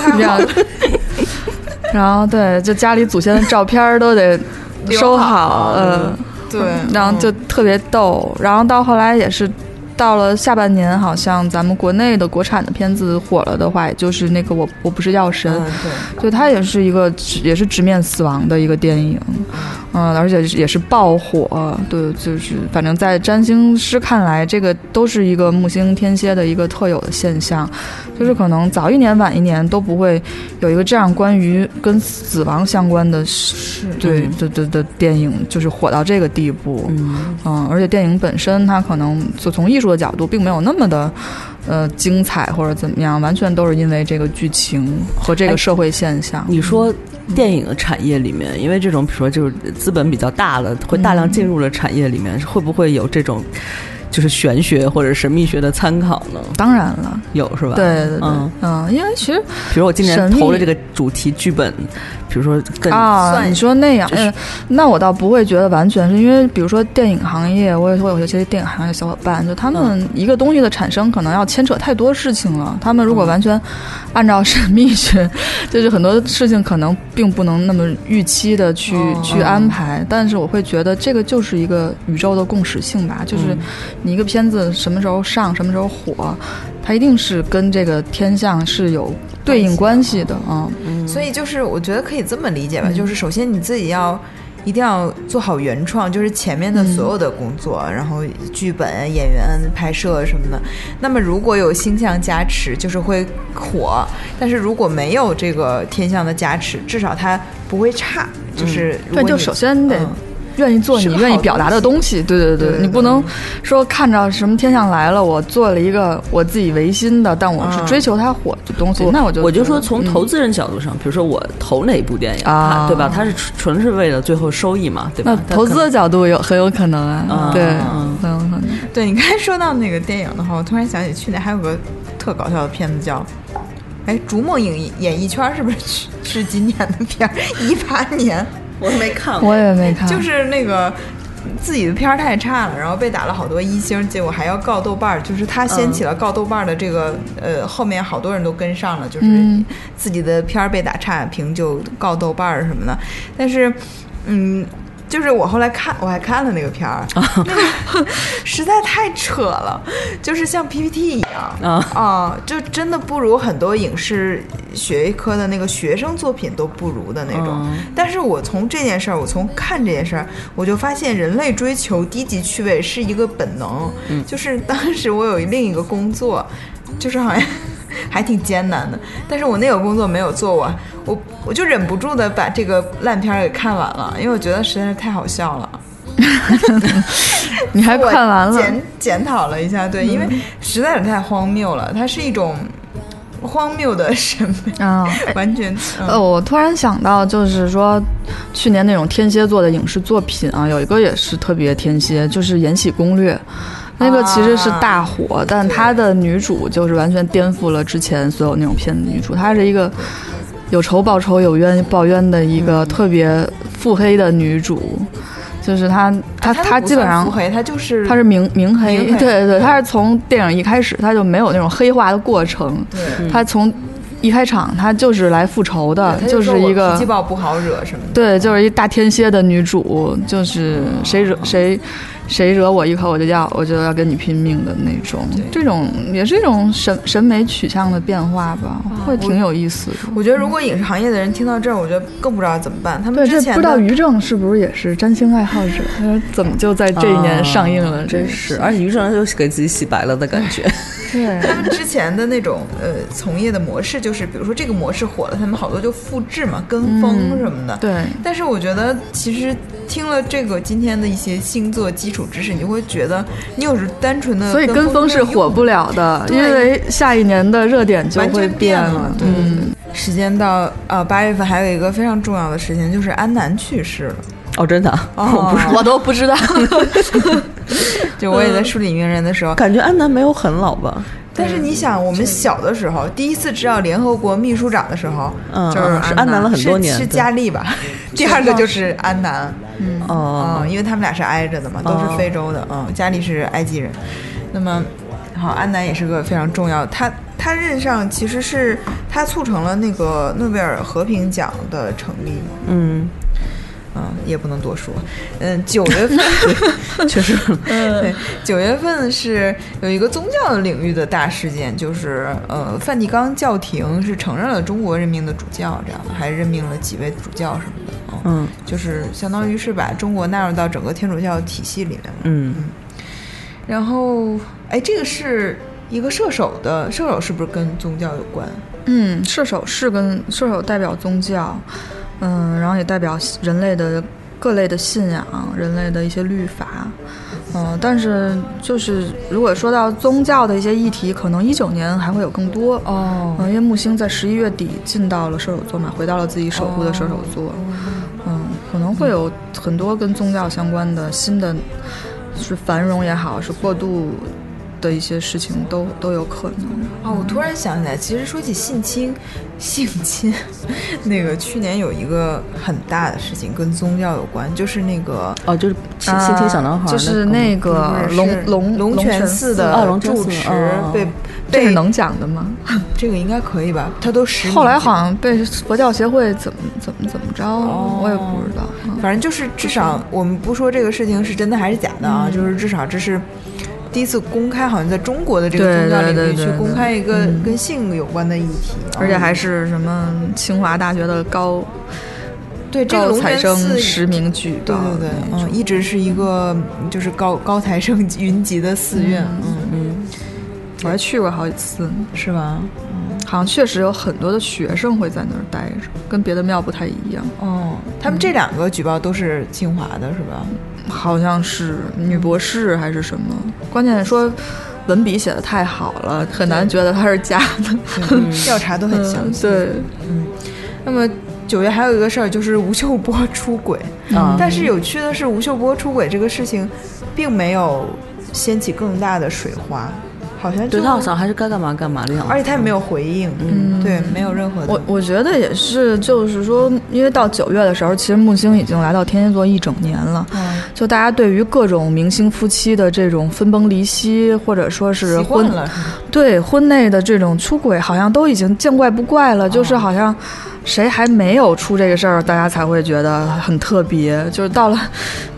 然后对，就家里祖先的照片都得收好， 对， 然后就特别逗，然后到后来也是。到了下半年，好像咱们国内的国产的片子火了的话，也就是那个我不是药神， 对， 就它也是直面死亡的一个电影，而且也是爆火，对，就是反正在占星师看来，这个都是一个木星天蝎的一个特有的现象，就是可能早1年晚1年都不会有一个这样关于跟死亡相关的对的电影，就是火到这个地步，而且电影本身它可能就从艺术的角度并没有那么的精彩或者怎么样，完全都是因为这个剧情和这个社会现象。 你说电影的产业里面，因为这种比如说就是资本比较大了，会大量进入了产业里面，会不会有这种就是玄学或者神秘学的参考呢？ 当然了， 有是吧？ 对，因为其实比如我今年投了这个主题剧本，比如说你说那样，那我倒不会觉得完全是因为，比如说电影行业，我也会有一些电影行业的小伙伴，就他们一个东西的产生可能要牵扯太多事情了，他们如果完全按照神秘学，就是很多事情可能并不能那么预期的去安排，但是我会觉得这个就是一个宇宙的共识性吧，就是你一个片子什么时候上，什么时候火，它一定是跟这个天象是有对应关系的啊。 所以就是我觉得可以这么理解吧，就是首先你自己一定要做好原创，就是前面的所有的工作，然后剧本、演员、拍摄什么的。那么如果有星象加持，就是会火；但是如果没有这个天象的加持，至少它不会差。就是对，就首先得愿意做你愿意表达的东西，对，你不能说看着什么天象来了，我做了一个我自己违心的，但我是追求它火的东西，那我就说从投资人角度上，比如说我投哪部电影对吧？它是纯是为了最后收益嘛，对吧？ 那投资的角度很有可能啊，对，很有可能。 对，你刚才说到那个电影的话，我突然想起去年还有个特搞笑的片子叫逐梦演艺圈，是不是今年的片？18年。 我没看过， 我也没看， 就是那个自己的片儿太差了，然后被打了好多1星，结果还要告豆瓣，就是他掀起了告豆瓣的这个后面好多人都跟上了，就是自己的片儿被打差评就告豆瓣什么的，但是就是我后来我还看了那个片儿，那个实在太扯了，就是像 PPT 一样就真的不如很多影视学科的那个学生作品都不如的那种。但是我从这件事儿，我从看这件事儿，我就发现人类追求低级趣味是一个本能。就是当时我有另一个工作，就是好像还挺艰难的，但是我那个工作没有做完，我就忍不住的把这个烂片给看完了，因为我觉得实在是太好笑了。 你还看完了？ 检讨了一下，对，因为实在是太荒谬了，它是一种荒谬的审美完全。 我突然想到，就是说去年那种天蝎座的影视作品啊，有一个也是特别天蝎，就是《延禧攻略》。那个其实是大火，但她的女主就是完全颠覆了之前所有那种片子女主，她是一个有仇报仇有冤报冤的一个特别腹黑的女主。就是她基本上她就是她是明黑，对，她是从电影一开始她就没有那种黑化的过程，她从一开场她就是来复仇的，就是一个脾气暴不好惹什么的， 对，就是一大天蝎的女主，就是谁惹我一口我就要跟你拼命的那种，这种也是一种审美取向的变化吧，会挺有意思的。 我觉得如果影视行业的人听到这儿，我觉得更不知道怎么办。他们之前不知道于正是不是也是占星爱好者？他说怎么就在这一年上映了？ 真是，而且于正就给自己洗白了的感觉。 对，他们之前的那种从业的模式，就是比如说这个模式火了，他们好多就复制嘛、跟风什么的。 对。 但是我觉得其实听了这个今天的一些星座基础知识，你就会觉得你有时单纯的所以跟风是火不了的，因为下一年的热点就会变了。 对。时间到8月份还有一个非常重要的事情，就是安南去世了。 哦，真的？ 我都不知道。 就我也在梳理名人的时候， 感觉安南没有很老吧。 但是你想，我们小的时候第一次知道联合国秘书长的时候，就是安南了很多年， 是佳丽吧？第二个就是安南，因为他们俩是挨着的嘛，都是非洲的，佳丽是埃及人。那么，好，安南也是个非常重要的，他任上其实是他促成了那个诺贝尔和平奖的成立。也不能多说。9月份确实， 对，9月份是有一个宗教领域的大事件，就是梵蒂冈教廷是承认了中国任命的主教，这样的，还任命了几位主教什么的。就是相当于是把中国纳入到整个天主教体系里面了。然后，这个是一个射手是不是跟宗教有关？ 射手代表宗教。然后也代表人类的各类的信仰，人类的一些律法。但是就是如果说到宗教的一些议题，可能19年还会有更多因为木星在11月底进到了射手座嘛，回到了自己守护的射手座。可能会有很多跟宗教相关的新的，是繁荣也好，是过渡的一些事情都有可能。 我突然想起来，其实说起性侵，那个去年有一个很大的事情跟宗教有关，就是那个就是性侵小男孩， 就是那个龙泉寺的住持被这是能讲的吗？ 这个应该可以吧？他都实名。 后来好像被佛教协会怎么着，我也不知道。 反正就是至少我们不说这个事情是真的还是假的就是至少这是第一次公开，好像在中国的这个宗教领域去公开一个跟性有关的议题， 而且还是什么清华大学的高这个龙泉寺实名举报， 对，一直是一个就是高材生云集的寺院。 我还去过好几次， 是吧？ 好像确实有很多的学生会在那儿待着，跟别的庙不太一样。 他们这2个举报都是清华的，是吧？ 好像是女博士还是什么，关键说文笔写得太好了，很难觉得它是假的。 调查都很详细。 对， 那么9月还有一个事儿，就是吴秀波出轨。但是有趣的是，吴秀波出轨这个事情并没有掀起更大的水花。好像对他好像还是该干嘛干嘛的样子， 而且他也没有回应，对，没有任何的。 我觉得也是，就是说，因为到9月的时候，其实木星已经来到天蝎座1整年了，就大家对于各种明星夫妻的这种分崩离析，或者说是婚内的这种出轨，好像都已经见怪不怪了，就是好像谁还没有出这个事儿，大家才会觉得很特别。就是到了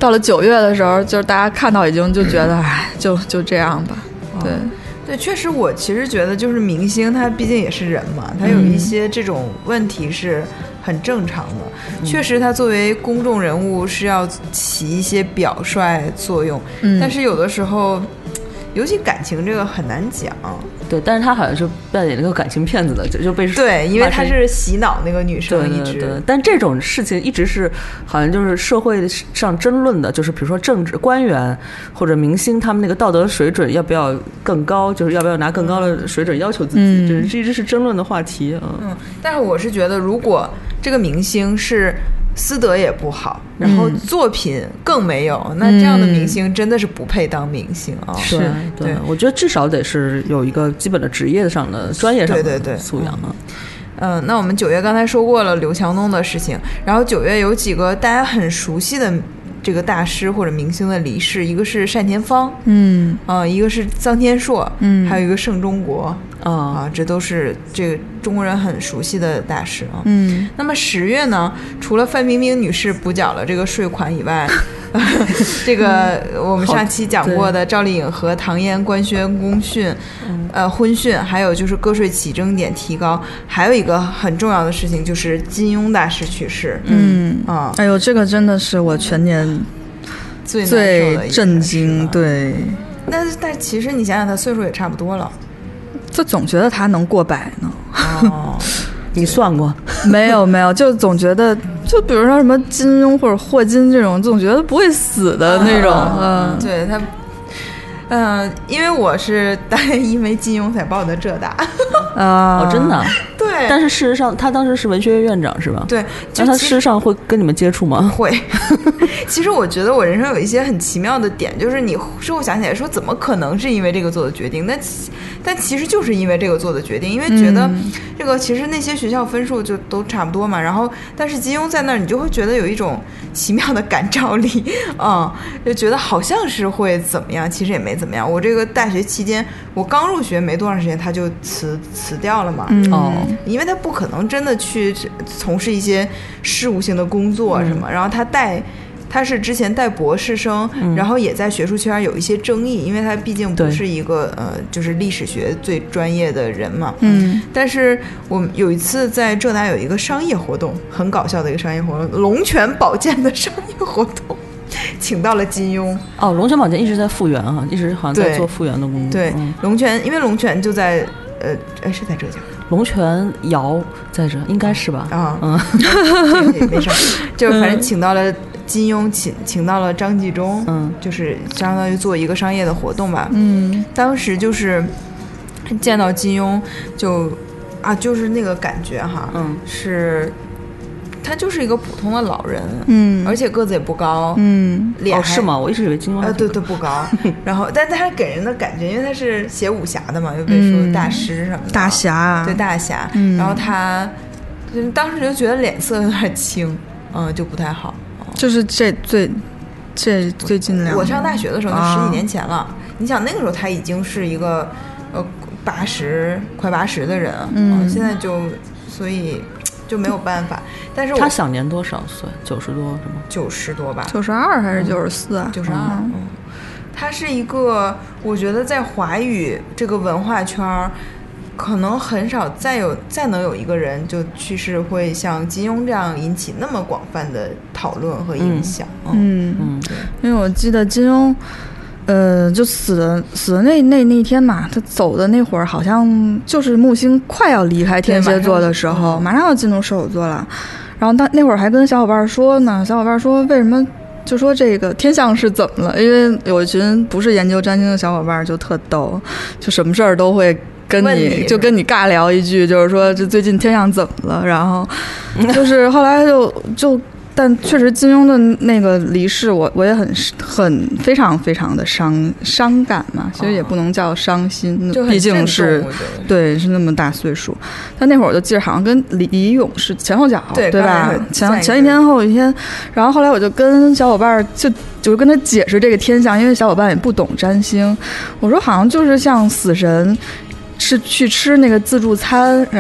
9月的时候，就是大家看到已经就觉得，哎，就这样吧。对。 对，确实，我其实觉得就是明星，他毕竟也是人嘛，他有一些这种问题是很正常的。确实，他作为公众人物是要起一些表率作用，但是有的时候，尤其感情这个很难讲。 对，但是他好像是扮演那个感情骗子的，就被对，因为他是洗脑那个女生一直。 对，但这种事情一直是好像就是社会上争论的，就是比如说政治官员或者明星，他们那个道德水准要不要更高，就是要不要拿更高的水准要求自己，这一直是争论的话题。 但是我是觉得，如果这个明星是私德也不好，然后作品更没有，那这样的明星真的是不配当明星啊！ 是，对，我觉得至少得是有一个基本的职业上的、专业上的素养啊。 那我们9月刚才说过了刘强东的事情，然后9月有几个大家很熟悉的这个大师或者明星的离世，一个是单田芳，一个是臧天朔，还有一个盛中国。这都是这个中国人很熟悉的大师啊。那么10月呢，除了范冰冰女士补缴了这个税款以外，这个我们上期讲过的赵丽颖和唐嫣官宣婚讯，还有就是个税起征点提高，还有一个很重要的事情就是金庸大师去世。 哎呦，这个真的是我全年最震惊。对， 但其实你想想，他岁数也差不多了。 就总觉得他能过100呢。 你算过？ 没有，就总觉得，就比如说什么金庸或者霍金这种，总觉得不会死的那种。 对他，因为我是因为金庸才报的浙大。 真的。 对。 但是事实上，他当时是文学院院长是吧？ 对。 那他事实上会跟你们接触吗？ 会。其实我觉得我人生有一些很奇妙的点，就是你事后想起来说，怎么可能是因为这个做的决定？但其实就是因为这个做的决定，因为觉得这个其实那些学校分数就都差不多嘛。然后，但是金庸在那儿，你就会觉得有一种奇妙的感召力，就觉得好像是会怎么样，其实也没怎么样。我这个大学期间，我刚入学没多长时间，他就辞掉了嘛。因为他不可能真的去从事一些事务性的工作什么。然后他是之前带博士生，然后也在学术圈有一些争议，因为他毕竟不是一个就是历史学最专业的人嘛。但是我们有一次在浙大有一个商业活动，很搞笑的一个商业活动，龙泉宝剑的商业活动，请到了金庸。 龙泉宝剑一直在复原啊，一直好像在做复原的工作。 对，龙泉，因为龙泉就在是在浙江。 龙泉窑在这，应该是吧？ 没事，就是反正请到了金庸，请到了张纪中，就是相当于做一个商业的活动吧。当时就是见到金庸就是那个感觉哈，是他就是一个普通的老人，而且个子也不高，脸是吗？我一直以为金庸对不高，然后但他给人的感觉，因为他是写武侠的嘛，又被说大师什么的， 大侠， 对大侠，然后他当时就觉得脸色有点青，就不太好。 就是这最近我上大学的时候，就10几年前了。你想那个时候他已经是一个快80的人，现在所以就没有办法。但是他享年多少岁？90多是吗 ？90多吧 ，92还是94啊 ？92。他是一个，我觉得在华语这个文化圈可能很少再能有一个人就去世会像金庸这样引起那么广泛的讨论和影响。 因为我记得金庸就死的那天嘛，他走的那会儿好像就是木星快要离开天蝎座的时候，马上要进入射手座了。然后他那会儿还跟小伙伴说呢，小伙伴说为什么就说这个天象是怎么了？因为有一群不是研究占星的小伙伴就特逗，就什么事儿都会跟你尬聊一句，就是说这最近天象怎么了？然后就是后来就但确实金庸的那个离世我也非常非常的伤感嘛，其实也不能叫伤心，毕竟是对是那么大岁数。但那会儿我就记得好像跟李咏是前后脚，对吧？前一天后一天。然后后来我就跟小伙伴就是跟他解释这个天象，因为小伙伴也不懂占星，我说好像就是像死神是去吃那个自助餐，然后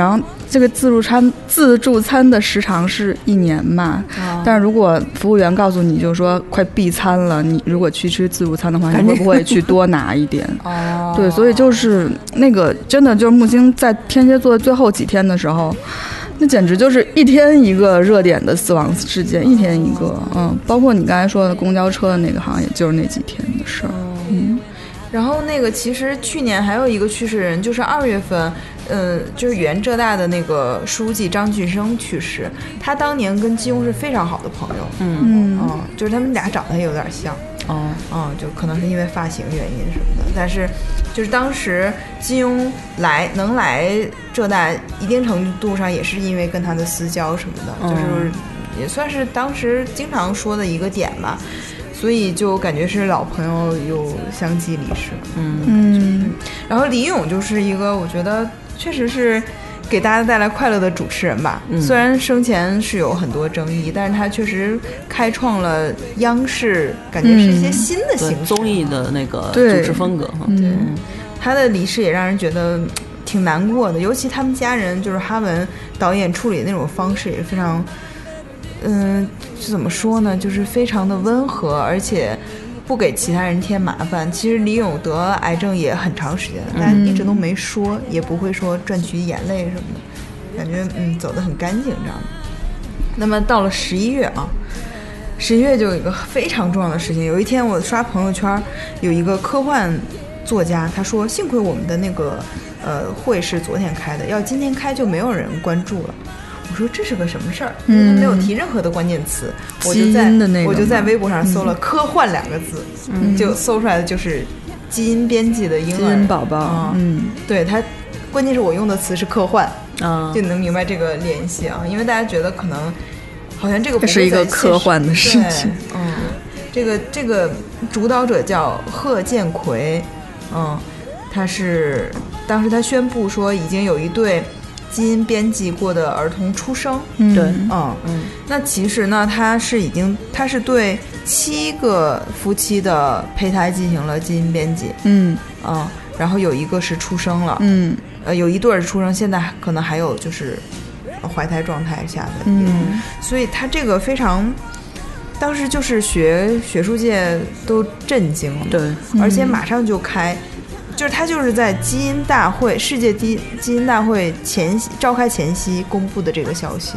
这个自助餐的时长是1年嘛，但是如果服务员告诉你，就是说快闭餐了，你如果去吃自助餐的话，你会不会去多拿一点？对，所以就是那个真的就是木星在天蝎座最后几天的时候，那简直就是一天一个热点的死亡事件，一天一个。包括你刚才说的公交车的那个行业，就是那几天的事儿。 然后那个其实去年还有一个去世人，就是2月份，就是原浙大的那个书记张俊生去世。他当年跟金庸是非常好的朋友，就是他们俩长得也有点像，就可能是因为发型原因什么的。但是就是当时金庸能来浙大，一定程度上也是因为跟他的私交什么的，就是也算是当时经常说的一个点吧。所以就感觉是老朋友又相继离世。然后李咏就是一个我觉得确实是给大家带来快乐的主持人吧。虽然生前是有很多争议，但是他确实开创了央视感觉是一些新的形式， 综艺的那个主持风格。 他的离世也让人觉得挺难过的，尤其他们家人就是哈文导演处理的那种方式也非常是怎么说呢，就是非常的温和，而且不给其他人添麻烦。其实李咏得癌症也很长时间了，但一直都没说，也不会说赚取眼泪什么的，感觉走得很干净这样的。那么到了11月啊，11月就有一个非常重要的事情。有一天我刷朋友圈，有一个科幻作家他说，幸亏我们的那个会是昨天开的，要今天开就没有人关注了。我说这是个什么事儿？因为他没有提任何的关键词，我就在微博上搜了科幻2个字，就搜出来的就是基因编辑的婴儿基因宝宝。 对，他关键是我用的词是科幻，就你能明白这个联系啊，因为大家觉得可能好像这个不是一个科幻的事情。 这个主导者叫贺建奎，他是当时他宣布说已经有一对基因编辑过的儿童出生。那其实呢，他是对7个夫妻的胚胎进行了基因编辑。然后有一个是出生了。有一对是出生，现在可能还有就是怀胎状态下的。所以他这个非常，当时就是学术界都震惊了。 对， 而且马上就开。就是他就是在基因大会世界基因大会召开前夕公布的这个消息。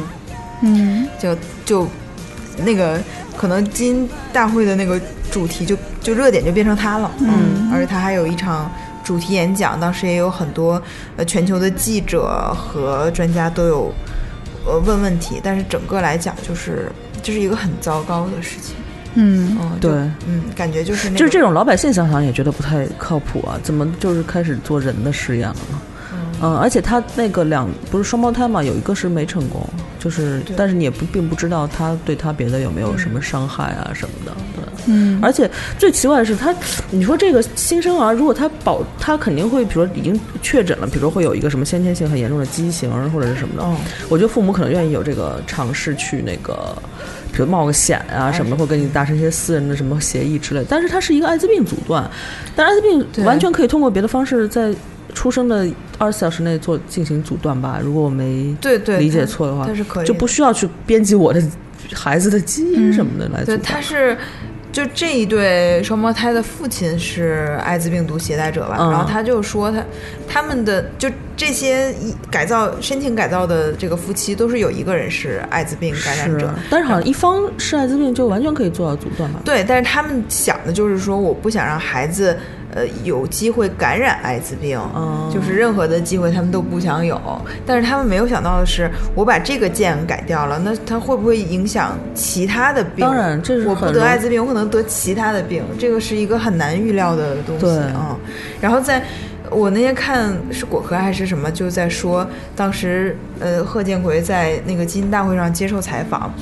就那个可能基因大会的那个主题就热点就变成他了。而且他还有一场主题演讲，当时也有很多全球的记者和专家都有问题，但是整个来讲就是这是一个很糟糕的事情。 对， 感觉就是这种老百姓想想也觉得不太靠谱啊，怎么就是开始做人的试验了呢？而且他那个不是双胞胎嘛，有一个是没成功，就是但是你也并不知道他对他别的有没有什么伤害啊什么的。对，而且最奇怪的是你说这个新生儿，如果他肯定会，比如说已经确诊了，比如说会有一个什么先天性很严重的畸形或者是什么的，我觉得父母可能愿意有这个尝试去那个。比如冒个险啊什么的，或跟你达成一些私人的什么协议之类的。但是它是一个艾滋病阻断，但艾滋病完全可以通过别的方式在出生的24小时内进行阻断吧？如果我没理解错的话， 它是可以， 就不需要去编辑我的孩子的基因什么的来阻断。 对，它是。就这一对双胞胎的父亲是艾滋病毒携带者吧，然后他就说他们的就这些申请改造的这个夫妻都是有一个人是艾滋病感染者， 但是好像一方是艾滋病就完全可以做到阻断吧？ 对，但是他们想的就是说，我不想让孩子有机会感染艾滋病，就是任何的机会他们都不想有。但是他们没有想到的是，我把这个键改掉了，那它会不会影响其他的病？ 当然，这是我不得艾滋病，我可能得其他的病，这个是一个很难预料的东西啊。然后我那天看是果壳还是什么，就在说当时贺建奎在那个基因大会上接受采访，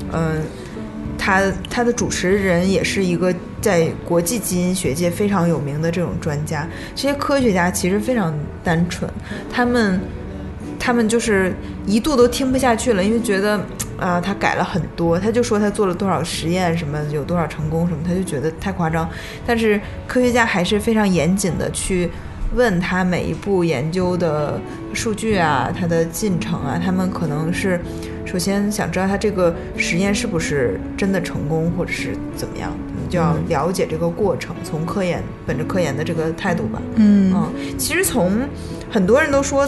他的主持人也是一个在国际基因学界非常有名的这种专家。这些科学家其实非常单纯，他们就是一度都听不下去了，因为觉得他改了很多，他就说他做了多少实验什么，有多少成功什么，他就觉得太夸张。但是科学家还是非常严谨的去问他每一步研究的数据啊，他的进程啊，他们可能是首先想知道他这个实验是不是真的成功，或者是怎么样，你就要了解这个过程，从科研本着科研的这个态度吧。其实从很多人都说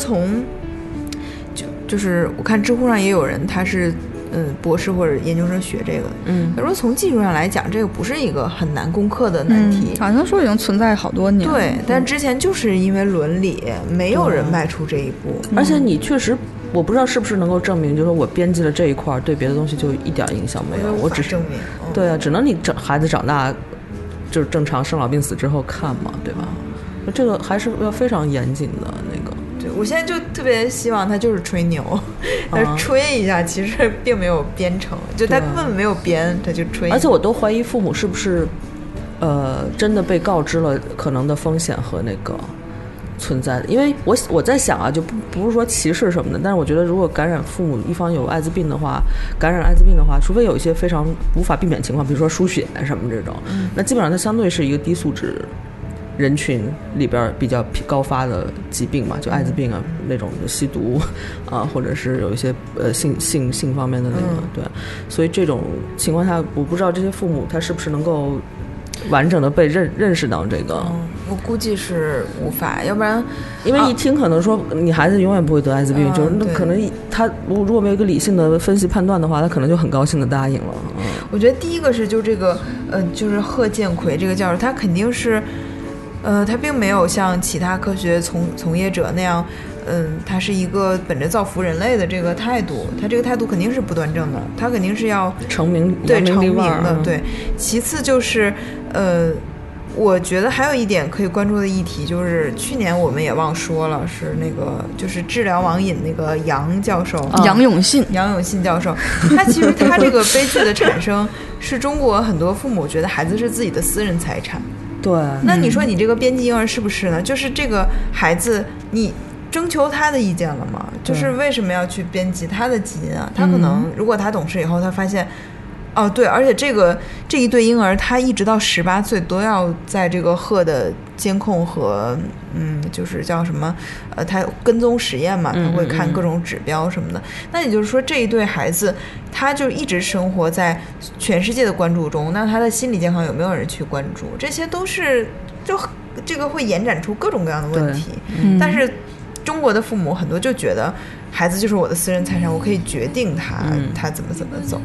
就是我看知乎上也有人他是博士或者研究生学这个的，他说从技术上来讲，这个不是一个很难攻克的难题， 好像说已经存在好多年。 对，但之前就是因为伦理，没有人迈出这一步。 而且你确实，我不知道是不是能够证明，就是说我编辑了这一块，对别的东西就一点影响没有。我只是证明， 对啊，只能你孩子长大，就是正常生老病死之后看嘛，对吧？这个还是要非常严谨的那个。 对，我现在就特别希望他就是吹牛，吹一下，其实并没有编成，就他根本没有编，他就吹。 而且我都怀疑父母是不是，真的被告知了可能的风险和那个存在的，因为我在想啊，就不是说歧视什么的，但是我觉得如果感染父母一方有艾滋病的话，感染艾滋病的话，除非有一些非常无法避免情况，比如说输血什么这种，那基本上它相对是一个低素质人群里边比较高发的疾病嘛，就艾滋病啊那种吸毒啊，或者是有一些性方面的那个对，所以这种情况下，我不知道这些父母他是不是能够完整的被认识到这个。 我估计是无法，要不然因为一听可能说你孩子永远不会得艾滋病，就是那可能他如果没有一个理性的分析判断的话，他可能就很高兴的答应了。 我觉得第一个是就这个就是贺建奎这个教授，他肯定是他并没有像其他科学从业者那样，他是一个本着造福人类的这个态度，他这个态度肯定是不端正的，他肯定是要成名的。对，其次就是我觉得还有一点可以关注的议题，就是去年我们也忘说了，是那个就是治疗网瘾那个杨教授， 杨永信教授，他其实他这个悲剧的产生是中国很多父母觉得孩子是自己的私人财产。 对， 那你说你这个编辑婴儿是不是呢？就是这个孩子，你征求他的意见了吗？就是为什么要去编辑他的基因啊？他可能如果他懂事以后，他发现，对，而且这一对婴儿，他一直到18岁都要在这个贺的监控和就是叫什么他跟踪实验嘛，他会看各种指标什么的。那也就是说，这一对孩子他就一直生活在全世界的关注中，那他的心理健康有没有人去关注？这些都是就这个会延展出各种各样的问题。但是中国的父母很多就觉得孩子就是我的私人财产，我可以决定他怎么走。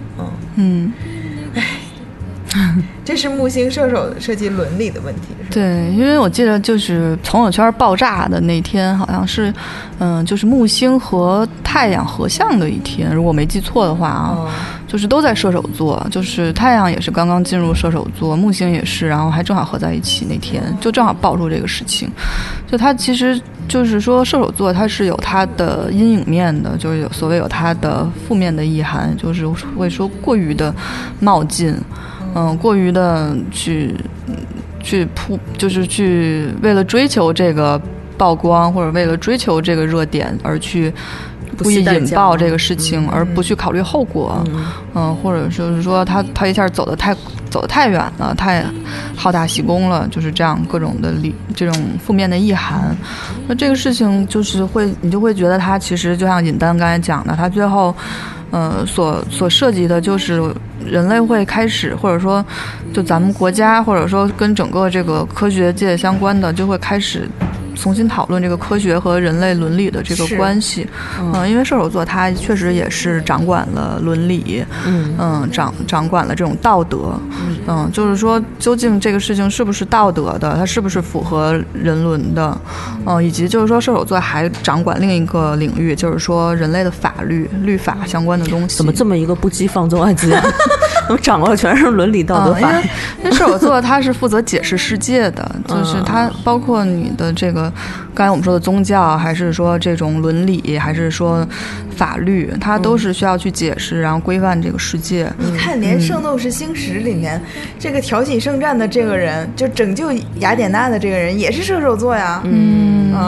这是木星射手涉及伦理的问题。 对，因为我记得就是朋友圈爆炸的那天，好像是就是木星和太阳合相的一天，如果没记错的话啊，就是都在射手座，就是太阳也是刚刚进入射手座，木星也是，然后还正好合在一起，那天就正好爆出这个事情。就它其实就是说射手座它是有它的阴影面的，就是有所谓有它的负面的意涵，就是会说过于的冒进，过于的去就是去为了追求这个曝光，或者为了追求这个热点而去故意引爆这个事情，而不去考虑后果，或者就是说他一下走得太远了，太好大喜功了，就是这样各种的这种负面的意涵。那这个事情就是你就会觉得他其实就像尹丹刚才讲的，他最后所涉及的就是人类会开始，或者说就咱们国家，或者说跟整个这个科学界相关的，就会开始重新讨论这个科学和人类伦理的这个关系。因为射手座它确实也是掌管了伦理，掌管了这种道德，就是说究竟这个事情是不是道德的，它是不是符合人伦的，以及就是说射手座还掌管另一个领域，就是说人类的法律法相关的东西。 怎么这么一个不羁放纵爱滋养怎么掌握的全是伦理道德法？ 因为射手座它是负责解释世界的，就是它包括你的这个刚才我们说的宗教，还是说这种伦理，还是说法律，它都是需要去解释然后规范这个世界。 你看连《圣斗士星矢》里面这个挑起圣战的这个人，就拯救雅典娜的这个人也是射手座呀。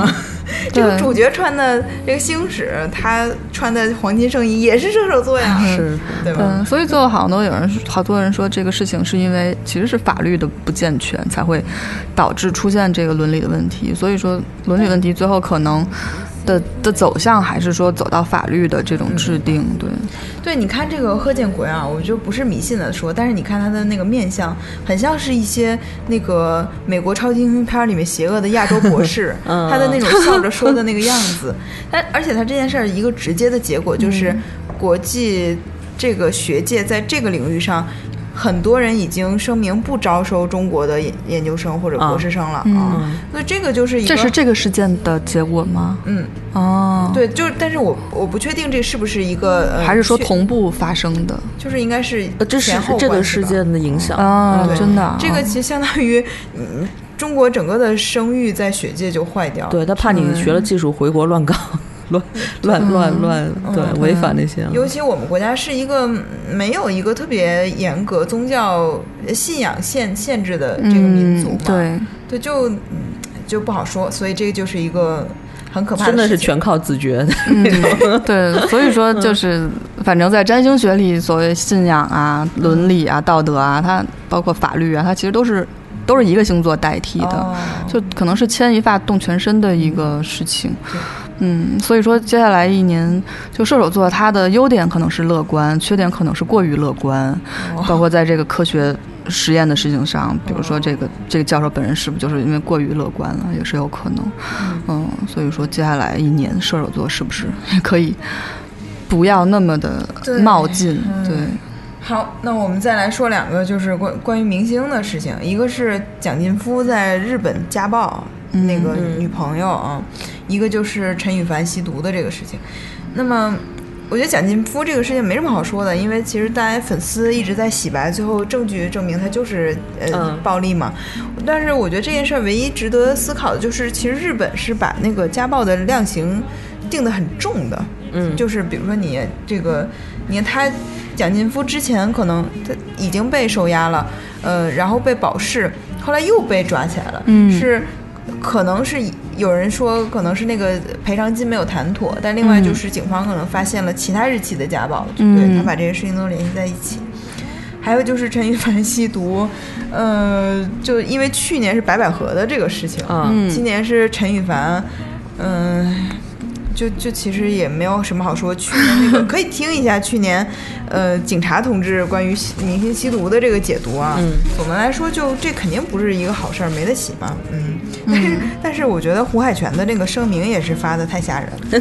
这个主角穿的这个星矢，他穿的黄金圣衣也是射手座呀， 是， 对吧？ 所以最后好多人说这个事情是因为其实是法律的不健全才会导致出现这个伦理的问题，所以说伦理问题最后可能的走向还是说走到法律的这种制定。 对，你看这个贺建奎啊，我就不是迷信的说，但是你看他的那个面相，很像是一些那个美国超级英雄片里面邪恶的亚洲博士，他的那种笑着说的那个样子。而且他这件事儿一个直接的结果就是国际这个学界在这个领域上，很多人已经声明不招收中国的研究生或者博士生了所以这个就是这是这个事件的结果吗？ 对，但是我不确定这是不是一个还是说同步发生的， 就是应该是这是这个事件的影响真的这个其实相当于中国整个的声誉在学界就坏掉了。 对，他怕你学了技术回国乱搞。乱对，违反那些。 尤其我们国家是一个没有一个特别严格宗教信仰限制的这个民族嘛，对，就不好说，所以这个就是一个很可怕的事情， 真的是全靠自觉的。 对，所以说就是反正在占星学里，所谓信仰啊、伦理啊、道德啊，它包括法律啊，它其实都是一个星座代替的，就可能是牵一发动全身的一个事情。所以说接下来一年，就射手座它的优点可能是乐观，缺点可能是过于乐观，包括在这个科学实验的事情上，比如说这个教授本人是不是就是因为过于乐观了，也是有可能。所以说接下来一年射手座是不是也可以不要那么的冒进？对。 好，那我们再来说两个就是关于明星的事情，一个是蒋劲夫在日本家暴那个女朋友一个就是陈羽凡吸毒的这个事情。那么我觉得蒋劲夫这个事情没什么好说的，因为其实大家粉丝一直在洗白，最后证据证明他就是暴力嘛。但是我觉得这件事唯一值得思考的就是，其实日本是把那个家暴的量刑定得很重的。就是比如说你看他蒋劲夫之前可能他已经被收押了，然后被保释，后来又被抓起来了，是可能是有人说可能是那个赔偿金没有谈妥，但另外就是警方可能发现了其他日期的家暴，对，他把这些事情都联系在一起。还有就是陈羽凡吸毒，就因为去年是白百合的这个事情，今年是陈羽凡，就其实也没有什么好说。去年那个可以听一下去年警察同志关于明星吸毒的这个解读啊。总的来说就这肯定不是一个好事儿，没得洗嘛。但是我觉得胡海泉的那个声明也是发的太吓人了。对，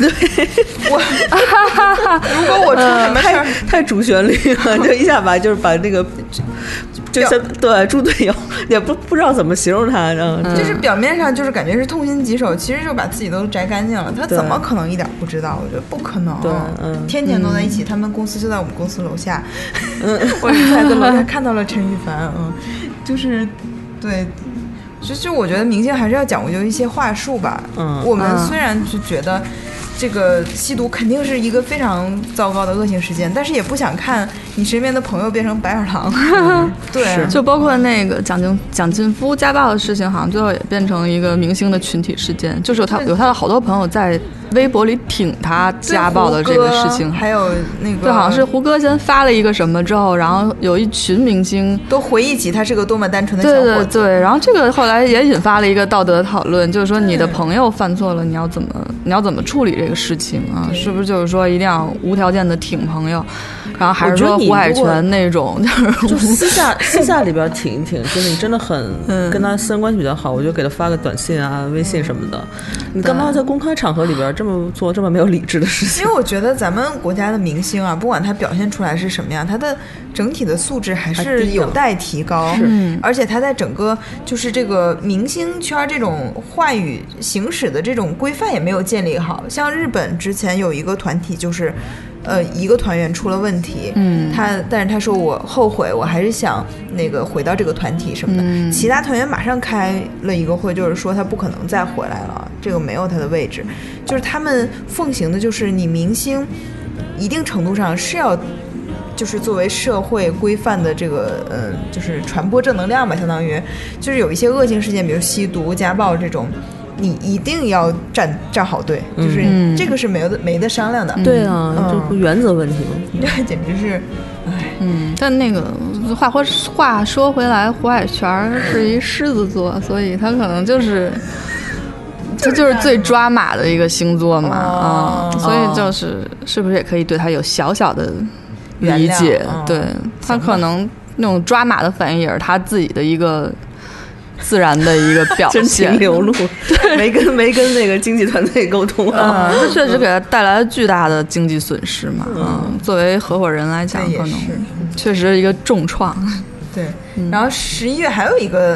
如果我出什么事儿， 太主旋律了，就一下就是把那个就像对猪队友也不知道怎么形容他， 就是表面上就是感觉是痛心疾首，其实就把自己都摘干净了。他怎么可能一点不知道？我觉得不可能。 对， 天天都在一起，他们公司就在我们公司楼下。我才在楼下看到了陈羽凡，就是对。其实我觉得明星还是要讲究一些话术吧。我们虽然就觉得这个吸毒肯定是一个非常糟糕的恶性事件，但是也不想看你身边的朋友变成白眼狼。对， 就包括那个蒋劲夫家暴的事情，好像最后也变成一个明星的群体事件，就是有他的好多朋友在微博里挺他家暴的这个事情， 还有那个对，好像是胡歌先发了一个什么之后，然后有一群明星都回忆起他是个多么单纯的小伙子。 对，然后这个后来也引发了一个道德讨论，就是说你的朋友犯错了，你要怎么处理这个事情啊？是不是就是说一定要无条件的挺朋友，然后还是说胡海泉那种就私下里边挺一挺，就是你真的很跟他私人关系比较好，我就给他发个短信啊、微信什么的。你干嘛在公开场合里边这么做这么没有理智的事情？ 因为我觉得咱们国家的明星啊，不管他表现出来是什么样，他的整体的素质还是有待提高。而且他在整个就是这个明星圈这种话语行使的这种规范也没有建立好。像日本之前有一个团体就是一个团员出了问题，但是他说我后悔，我还是想那个回到这个团体什么的。其他团员马上开了一个会，就是说他不可能再回来了，这个没有他的位置。就是他们奉行的就是你明星一定程度上是要就是作为社会规范的这个就是传播正能量吧，相当于就是有一些恶性事件，比如吸毒、家暴这种。 你一定要站好队，就是这个是没得商量的。 对啊，这不原则问题吗？ 这简直是， 但那个话说回来，胡海泉是一狮子座，所以他可能就是最抓马的一个星座嘛，所以是不是也可以对他有小小的理解？对，他可能那种抓马的反应也是他自己的一个自然的一个表现， 真情流露，没跟那个经纪团队沟通啊， 这确实给他带来了巨大的经济损失嘛。作为合伙人来讲，可能确实是一个重创。 对，然后11月还有一个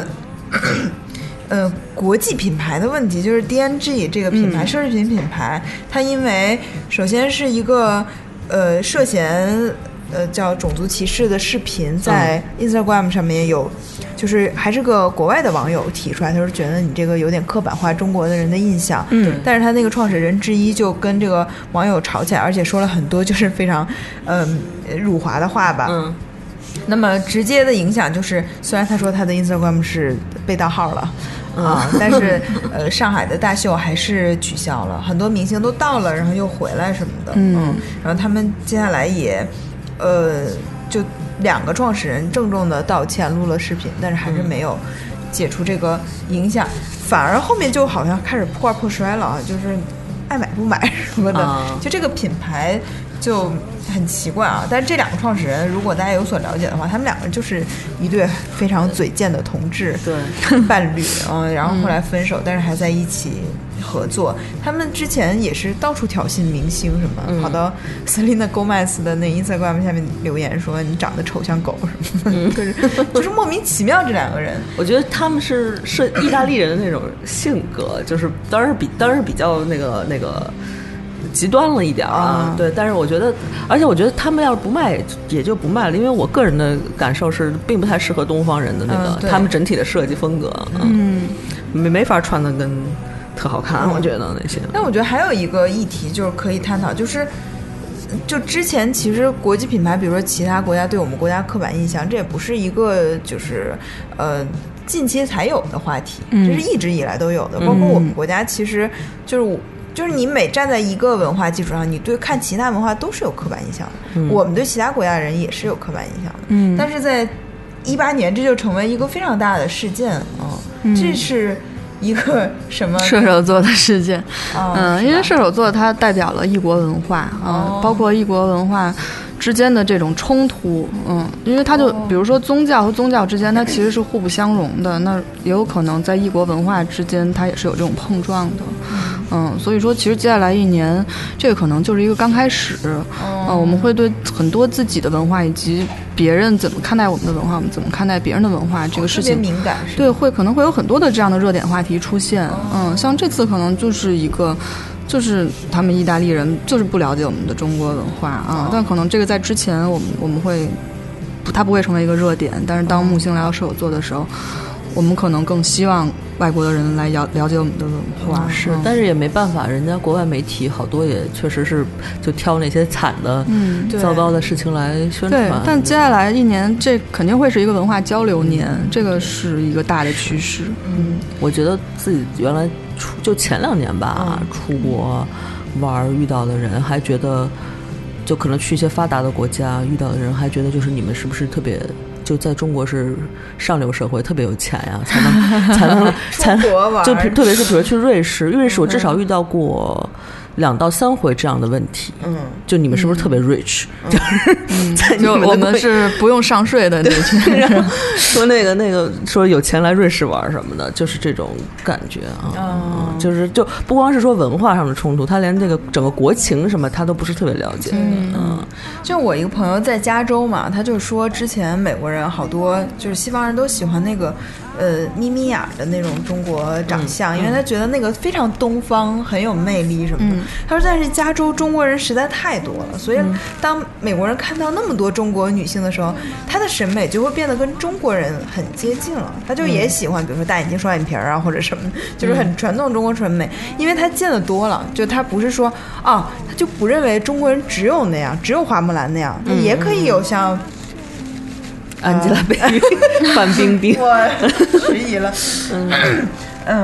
国际品牌的问题，就是 DNG 这个品牌奢侈品品牌，它因为首先是一个涉嫌叫种族歧视的视频在 Instagram 上面有，就是还是个国外的网友提出来，他说觉得你这个有点刻板化中国的人的印象。但是他那个创始人之一就跟这个网友吵起来，而且说了很多就是非常辱华的话吧。那么直接的影响就是，虽然他说他的 Instagram 是被盗号了但是上海的大秀还是取消了，很多明星都到了，然后又回来什么的。然后他们接下来也就2个创始人郑重的道歉，录了视频，但是还是没有解除这个影响，反而后面就好像开始破罐破摔了啊，就是爱买不买什么的，就这个品牌就很奇怪啊。但是这2个创始人如果大家有所了解的话，他们2个就是一对非常嘴贱的同志伴侣然后后来分手，但是还在一起合作。他们之前也是到处挑衅明星什么，跑到 Selena Gomez 的那 Instagram 下面留言说你长得丑像狗什么的就是莫名其妙。这2个人我觉得他们是意大利人的那种性格，就是当然比较那个极端了一点对，但是我觉得，而且我觉得他们要是不卖也就不卖了，因为我个人的感受是并不太适合东方人的那个他们整体的设计风格没法穿的跟特好看我觉得那些。 但我觉得还有一个议题就是可以探讨，就之前其实国际品牌比如说其他国家对我们国家刻板印象，这也不是一个就是近期才有的话题，这是一直以来都有的，包括我们国家其实就是你每站在一个文化基础上，你对看其他文化都是有刻板印象的。我们对其他国家的人也是有刻板印象的。但是在18年，这就成为一个非常大的事件这是一个什么射手座的事件？因为射手座它代表了异国文化包括异国文化之间的这种冲突，因为它就比如说宗教和宗教之间，它其实是互不相容的，那也有可能在异国文化之间，它也是有这种碰撞的。所以说其实接下来1年，这个可能就是一个刚开始。我们会对很多自己的文化以及别人怎么看待我们的文化，我们怎么看待别人的文化这个事情， 特别敏感。 对，可能会有很多的这样的热点话题出现。像这次可能就是一个。就是他们意大利人就是不了解我们的中国文化但可能这个在之前我们会它不会成为一个热点，但是当木星来到射手座的时候，我们可能更希望外国的人来了解我们的文化。 但是也没办法，人家国外媒体好多也确实是就挑那些惨的糟糕的事情来宣传。 对，但接下来1年这肯定会是一个文化交流年，这个是一个大的趋势。 我觉得自己原来就前2年吧出国玩遇到的人还觉得，就可能去一些发达的国家遇到的人还觉得，就是你们是不是特别就在中国是上流社会，特别有钱呀，才能就特别是比如去瑞士，我至少遇到过2到3回这样的问题。就你们是不是特别 rich？ 就我们是不用上税的那群人， 说那个说有钱来瑞士玩什么的，就是这种感觉就是就不光是说文化上的冲突，他连这个整个国情什么他都不是特别了解。 就我一个朋友在加州嘛，他就说之前美国人好多就是西方人都喜欢那个眯眯眼的那种中国长相，因为他觉得那个非常东方，很有魅力什么的。他说但是加州中国人实在太多了，所以当美国人看到那么多中国女性的时候，他的审美就会变得跟中国人很接近了。他就也喜欢比如说大眼睛双眼皮或者什么，就是很传统中国审美，因为他见得多了，就他不是说他就不认为中国人只有那样，只有花木兰那样，也可以有像 Angelababy 范冰冰， 我迟疑了。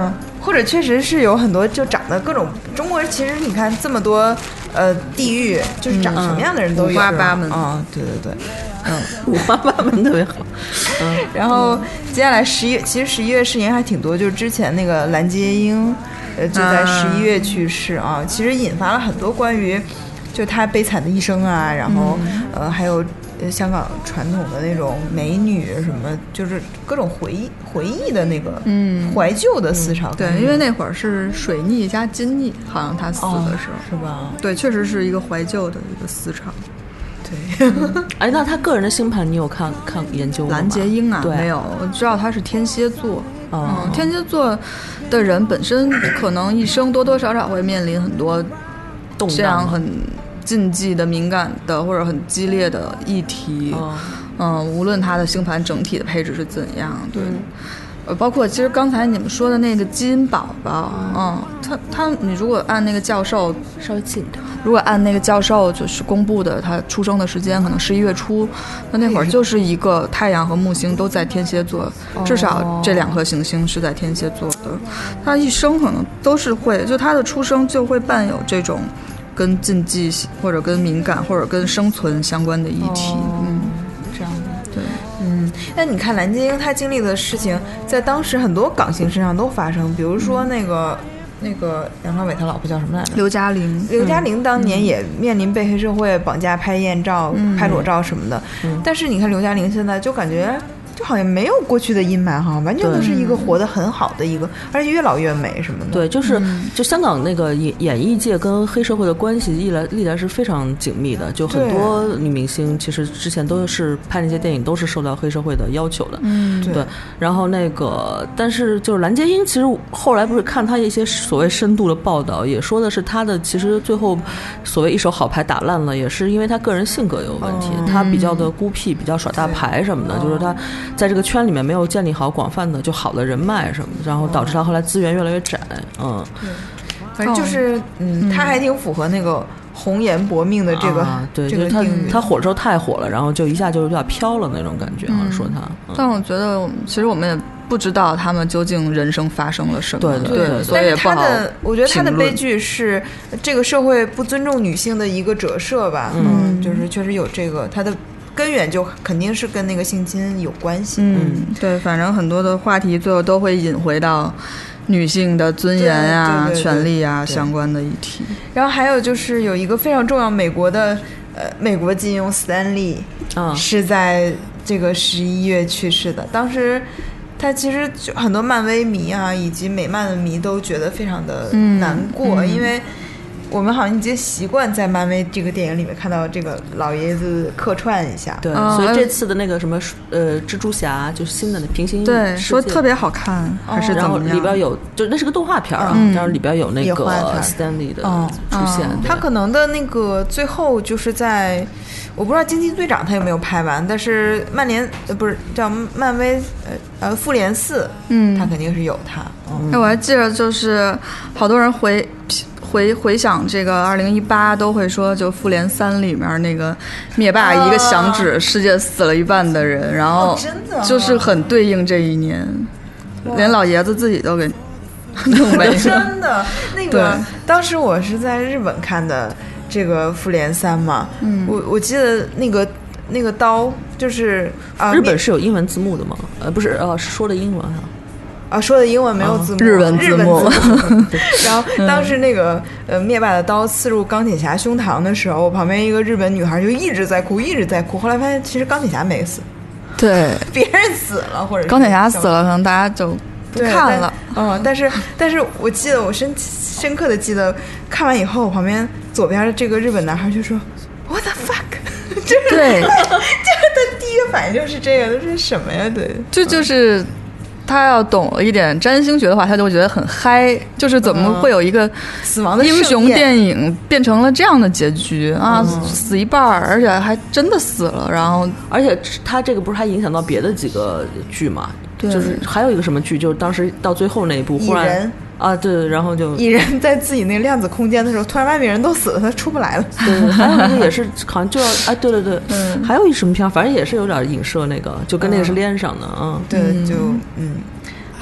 或者确实是有很多就长得各种中国人，其实你看这么多地域，就是长什么样的人都有， 五花八门啊，对对对， 五花八门特别好。 然后接下来11月，其实11月事情还挺多，就是之前那个蓝洁瑛，就在11月去世啊，其实引发了很多关于就她悲惨的一生啊，然后还有香港传统的那种美女什么，就是各种回忆的那个怀旧的思潮。 对，因为那会儿是水逆加金逆，好像她死的时候， 是吧？ 对，确实是一个怀旧的一个思潮。 对， 哎，那他个人的星盘你有看研究吗？ 蓝洁瑛啊， 对， 没有，我知道他是天蝎座。天蝎座的人本身可能一生多多少少会面临很多这样很禁忌的、敏感的或者很激烈的议题。无论他的星盘整体的配置是怎样，对。包括其实刚才你们说的那个基因宝宝，你如果按那个教授稍微近一点， 如果按那个教授就是公布的他出生的时间，可能11月初，那会儿就是一个太阳和木星都在天蝎座，至少这2颗行星是在天蝎座的。他一生可能都是会，就他的出生就会伴有这种跟禁忌或者跟敏感或者跟生存相关的议题。 这样的。对，那你看蓝洁瑛她经历的事情，在当时很多港星身上都发生，比如说那个梁朝伟他老婆叫什么来着？ 刘嘉玲。 刘嘉玲当年也面临被黑社会绑架、拍艳照、拍裸照什么的，但是你看刘嘉玲现在就感觉就好像没有过去的阴霾哈，完全都是一个活得很好的一个，而且越老越美什么的。 对，就香港那个演艺界跟黑社会的关系历来是非常紧密的，就很多女明星其实之前都是拍那些电影都是受到黑社会的要求的。对。然后那个，但是就是蓝洁瑛，其实后来不是看她一些所谓深度的报道，也说的是她的其实最后所谓一手好牌打烂了，也是因为她个人性格有问题，她比较的孤僻，比较耍大牌什么的，就是她在这个圈里面没有建立好广泛的就好的人脉什么的，然后导致他后来资源越来越窄。 反正就是他还挺符合那个红颜薄命的这个对， 这个就是他火的时候太火了，然后就一下就有点飘了那种感觉，好像说他。 但我觉得其实我们也不知道他们究竟人生发生了什么。 对， 所以也不好。 我觉得他的悲剧是这个社会不尊重女性的一个折射吧。就是确实有这个他的。根源就肯定是跟那个性侵有关系。 对，反正很多的话题最后都会引回到女性的尊严啊、权利啊相关的议题。 然后还有就是有一个非常重要美国金庸斯坦利是在这个11月去世的。当时他其实就很多漫威迷啊以及美漫的迷都觉得非常的难过，因为我们好像已经习惯在漫威这个电影里面看到这个老爷子客串一下。 对，所以这次的那个什么蜘蛛侠就是新的那平行对说特别好看，还是怎么样？ 然后里边有就那是个动画片啊，然后里边有那个 Stanley 的出现。 他可能的那个最后就是在我不知道惊奇队长他有没有拍完，但是不是叫漫威复联4，他肯定是有他。 我还记得就是好多人回想这个2018都会说，就复联3里面那个灭霸一个响指，世界死了一半的人，然后就是很对应这一年，连老爷子自己都给弄没了。 真的，那个当时我是在日本看的这个复联3嘛，我记得那个刀就是日本是有英文字幕的吗？不是是说的英文哈。 说的英文没有字幕， 日文字幕。 然后当时那个灭霸的刀刺入钢铁侠胸膛的时候，我旁边一个日本女孩就一直在哭，后来发现其实钢铁侠没死， 对， 别人死了，或者钢铁侠死了，可能大家就不看了。 但是我记得我深刻的记得看完以后，旁边左边的这个日本男孩就说 What the fuck， 对，这个的第一个反应就是这个，这是什么呀？对， 就是他要懂了一点占星学的话，他就会觉得很嗨，就是怎么会有一个死亡的英雄电影变成了这样的结局啊？死一半，而且还真的死了，然后而且他这个不是还影响到别的几个剧嘛？就是还有一个什么剧，就是当时到最后那一部忽然对，然后就蚁人在自己那个量子空间的时候，突然外面人都死了，他出不来了。 对，还有一个也是好像就要对，还有一什么片，反正也是有点影射那个，就跟那个是连上的对，就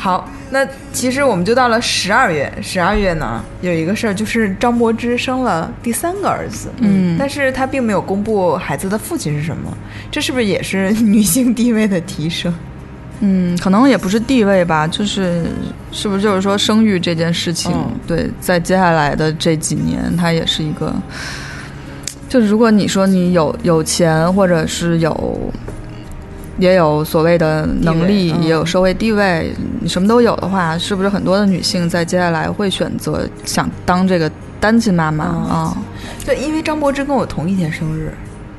好，那其实我们就到了12月，12月呢有一个事儿，就是张柏芝生了第3个儿子，但是她并没有公布孩子的父亲是什么，这是不是也是女性地位的提升？ 可能也不是地位吧，是不是就是说生育这件事情，对，在接下来的这几年，它也是一个，就是如果你说你有钱，或者是也有所谓的能力，也有社会地位，你什么都有的话，是不是很多的女性在接下来会选择想当这个单亲妈妈对，因为张柏芝跟我同一天生日。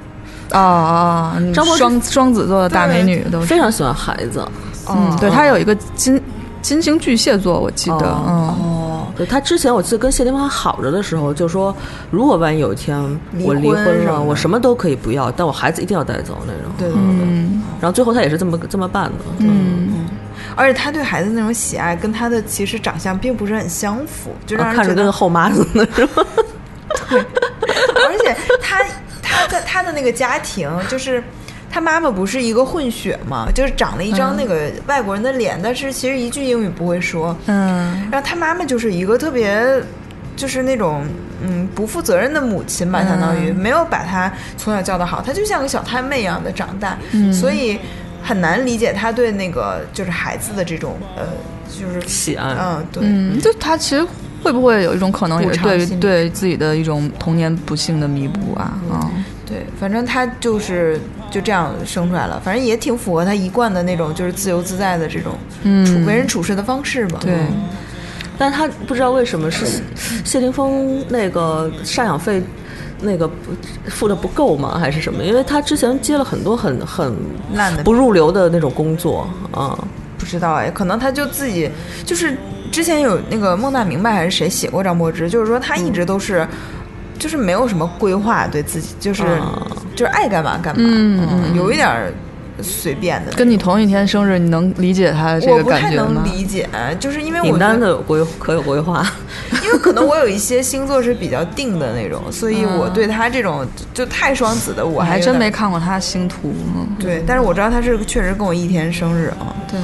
张柏芝双子座的大美女，都非常喜欢孩子。 对，她有一个金星巨蟹座，我记得。 对，她之前我记得跟谢霆锋好着的时候，就说如果万一有一天我离婚了，我什么都可以不要，但我孩子一定要带走那种。 对。 然后最后她也是这么办的。 而且她对孩子那种喜爱，跟她的其实长相并不是很相符，就让人看着跟后妈似的，是吧？ 对。而且他的那个家庭，就是他妈妈不是一个混血嘛，就是长了一张那个外国人的脸，但是其实一句英语不会说。然后他妈妈就是一个特别，就是那种不负责任的母亲吧，相当于没有把他从小教导好，他就像个小太妹一样的长大，所以很难理解他对那个就是孩子的这种就是喜爱。 对， 就他其实会不会有一种可能，也是对自己的一种童年不幸的弥补啊？ 对，反正他就这样生出来了，反正也挺符合他一贯的那种就是自由自在的这种为人处事的方式吧。 对， 但他不知道为什么是谢霆锋那个赡养费那个付的不够吗？还是什么？因为他之前接了很多很烂的不入流的那种工作不知道可能他就自己就是之前有那个孟大明白还是谁写过张柏芝，就是说他一直都是。就是没有什么规划，对自己就是爱干嘛干嘛，有一点随便的。 跟你同一天生日，你能理解他这个感觉吗？ 我不太能理解，就是因为我简单的可有规划， 因为可能我有一些星座是比较定的那种，所以我对他这种就太双子的，我还真没看过他星图。 对，但是我知道他是确实跟我一天生日对。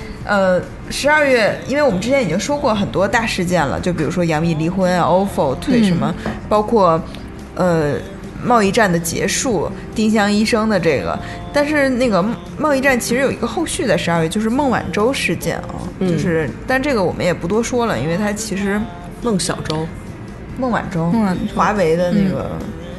12月，因为我们之前已经说过很多大事件了，就比如说杨幂离婚啊 ，OFO 退什么，包括贸易战的结束，丁香医生的这个，但是那个贸易战其实有一个后续在12月，就是孟晚舟事件就是但这个我们也不多说了，因为它其实孟小舟， 孟晚舟，华为的那个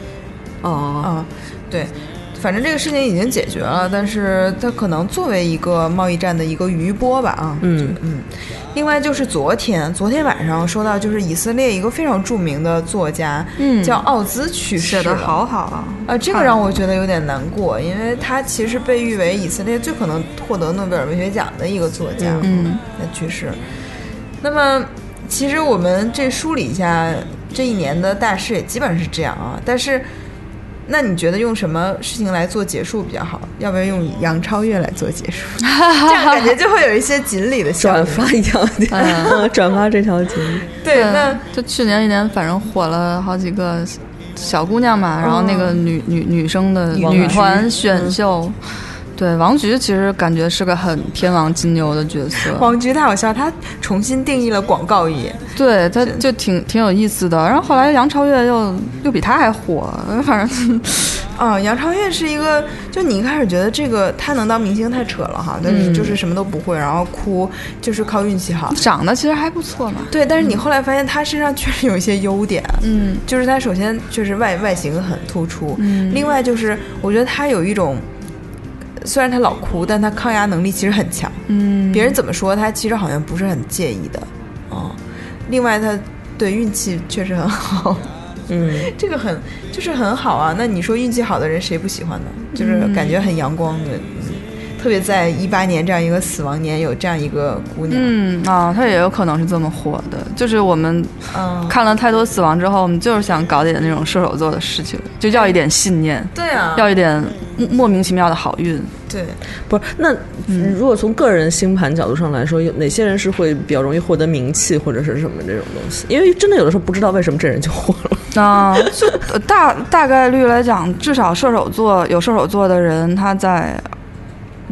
对。反正这个事情已经解决了，但是它可能作为一个贸易战的一个余波吧另外就是昨天晚上说到，就是以色列一个非常著名的作家，叫奥兹去世了， 写得好好这个让我觉得有点难过，因为他其实被誉为以色列最可能获得诺贝尔文学奖的一个作家，他去世。那么其实我们这梳理一下这一年的大事，也基本上是这样但是。那你觉得用什么事情来做结束比较好？要不要用杨超越来做结束？这样感觉就会有一些锦鲤的效应。 转发一条转发这条锦鲤。 对，那就去年一年，反正火了好几个小姑娘嘛，然后那个女生的女团选秀。对，王菊其实感觉是个很天王金牛的角色。 王菊太好笑，她重新定义了广告业， 对，她就挺有意思的。然后后来杨超越又比她还火，反正杨超越是一个，就你一开始觉得这个她能当明星太扯了哈，但是就是什么都不会，然后哭就是靠运气好， 长得其实还不错嘛。 对，但是你后来发现她身上确实有一些优点，就是她首先就是外形很突出，另外就是我觉得她有一种。虽然他老哭，但他抗压能力其实很强。别人怎么说他其实好像不是很介意的。另外他对运气确实很好。这个就是很好啊。那你说运气好的人谁不喜欢呢？就是感觉很阳光的。特别在18年这样一个死亡年有这样一个姑娘， 她也有可能是这么火的。就是我们看了太多死亡之后，我们就是想搞点那种射手座的事情，就要一点信念， 对啊， 要一点莫名其妙的好运。 对， 不是那如果从个人星盘角度上来说，有哪些人是会比较容易获得名气或者是什么这种东西？因为真的有的时候不知道为什么这人就火了。 就大概率来讲，至少有射手座的人，他在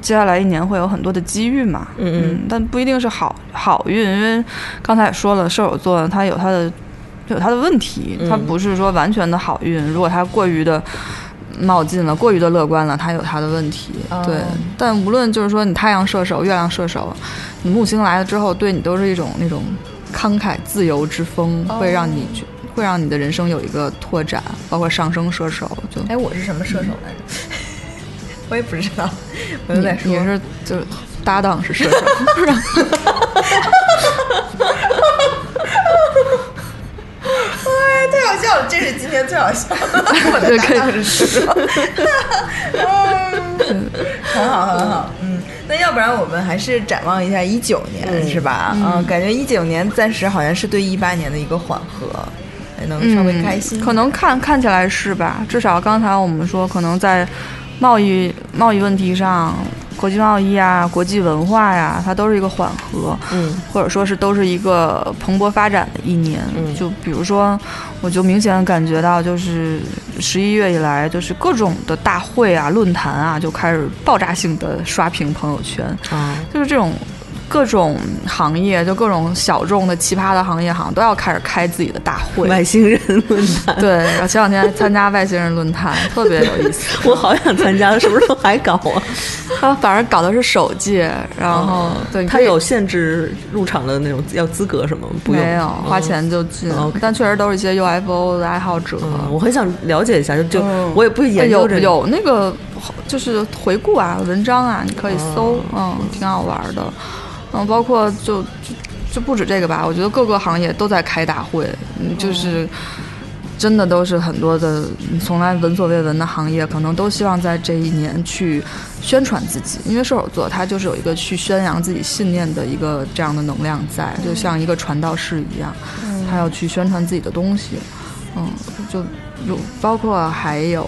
接下来一年会有很多的机遇嘛，但不一定是好运，因为刚才也说了，射手座它有它的问题，它不是说完全的好运，如果它过于的冒进了，过于的乐观了，它有它的问题。对，但无论就是说你太阳射手、月亮射手，你木星来了之后，对你都是一种那种慷慨自由之风，会让你的人生有一个拓展，包括上升射手。 我是什么射手来着？我也不知道，我就在说你是就是搭档是射手。 太好笑了，这是今天最好笑的。我的搭档是射手。很好。那要不然我们还是展望一下19年，是吧？感觉19年暂时好像是对18年的一个缓和，能稍微开心。 可能看起来是吧？至少刚才我们说，可能在贸易问题上，国际贸易啊，国际文化呀，它都是一个缓和，或者说是都是一个蓬勃发展的一年。就比如说，我就明显感觉到，就是11月以来，就是各种的大会啊、论坛啊，就开始爆炸性的刷屏朋友圈，就是这种。各种行业，就各种小众的奇葩的行业，好像都要开始开自己的大会。 外星人论坛， 对，然后前两天参加外星人论坛，特别有意思。 我好想参加，什么时候还搞啊？ 他反正搞的是首届，然后对， 他有限制入场的那种要资格什么？不用， 没有，花钱就进。但确实都是一些 UFO 的爱好者。 我很想了解一下，就我也不会研究这个。 有那个就是回顾啊，文章啊，你可以搜，挺好玩的。包括就不止这个吧，我觉得各个行业都在开大会，就是真的都是很多的从来闻所未闻的行业，可能都希望在这一年去宣传自己，因为射手座它就是有一个去宣扬自己信念的一个这样的能量在，就像一个传道士一样，他要去宣传自己的东西，就包括还有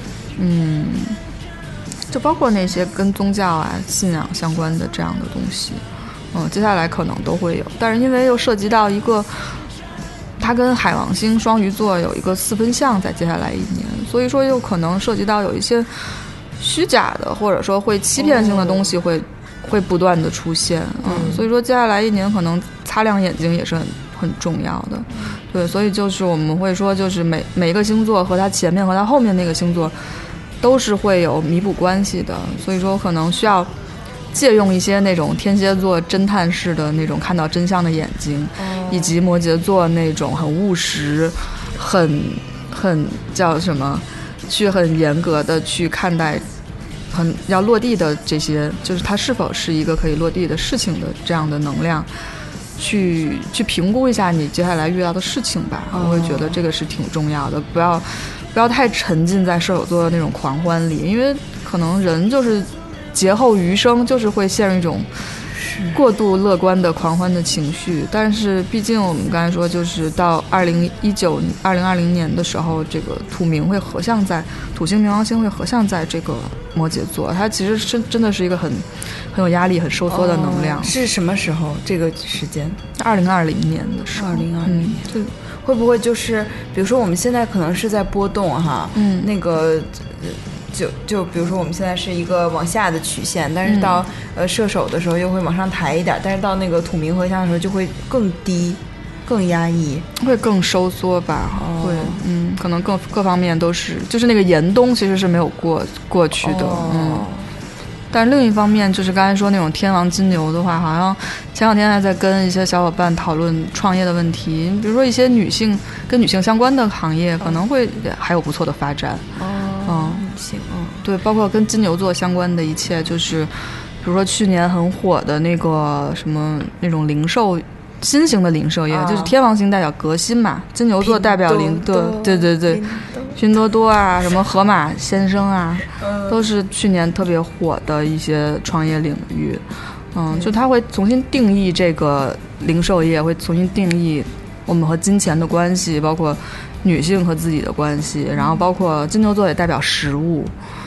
就包括那些跟宗教啊信仰相关的这样的东西。接下来可能都会有，但是因为又涉及到一个，它跟海王星双鱼座有一个4分相，在接下来一年，所以说又可能涉及到有一些虚假的，或者说会欺骗性的东西会不断的出现，所以说接下来一年可能擦亮眼睛也是很重要的，对，所以就是我们会说，就是每个星座和它前面和它后面那个星座都是会有弥补关系的，所以说可能需要借用一些那种天蝎座侦探式的那种看到真相的眼睛，以及摩羯座那种很务实、很叫什么，去很严格的去看待，很要落地的这些，就是它是否是一个可以落地的事情的这样的能量，去评估一下你接下来遇到的事情吧。我会觉得这个是挺重要的，不要太沉浸在射手座的那种狂欢里，因为可能人就是劫后余生，就是会陷入一种过度乐观的狂欢的情绪。但是毕竟我们刚才说，就是到2020年的时候，这个土星冥王星会合相在这个摩羯座，它其实是真的是一个很有压力、很收缩的能量。 是什么时候？这个时间 ？2020年的时候。2020 年，对。会不会就是比如说我们现在可能是在波动哈，那个就比如说我们现在是一个往下的曲线，但是到射手的时候又会往上抬一点，但是到那个土冥合相的时候就会更低、更压抑， 会更收缩吧？会，可能各方面都是，就是那个严冬其实是没有过去的，但是另一方面，就是刚才说那种天王金牛的话，好像前两天还在跟一些小伙伴讨论创业的问题，比如说一些跟女性相关的行业可能会还有不错的发展。 女性， 对，包括跟金牛座相关的一切，就是比如说去年很火的那个什么那种零售。新型的零售业，就是天王星代表革新嘛，金牛座代表对，拼多多啊，什么盒马鲜生啊，都是去年特别火的一些创业领域。就它会重新定义这个零售业，会重新定义我们和金钱的关系，包括女性和自己的关系，然后包括金牛座也代表食物。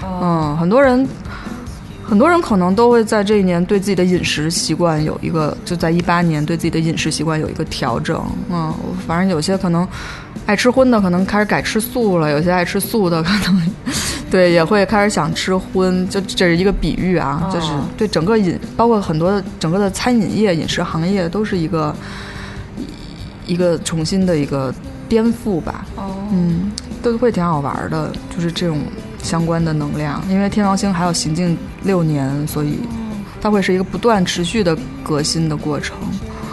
很多人可能都会在这一年对自己的饮食习惯有一个，就在18年对自己的饮食习惯有一个调整。反正有些可能爱吃荤的可能开始改吃素了，有些爱吃素的可能对，也会开始想吃荤，就这是一个比喻啊，就是对整个包括很多整个的餐饮业、饮食行业都是一个重新的一个颠覆吧。都会挺好玩的，就是这种相关的能量，因为天王星还有行进6年，所以它会是一个不断持续的革新的过程。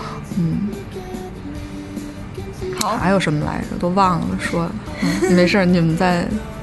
好，还有什么来着？都忘了说了。没事，你们再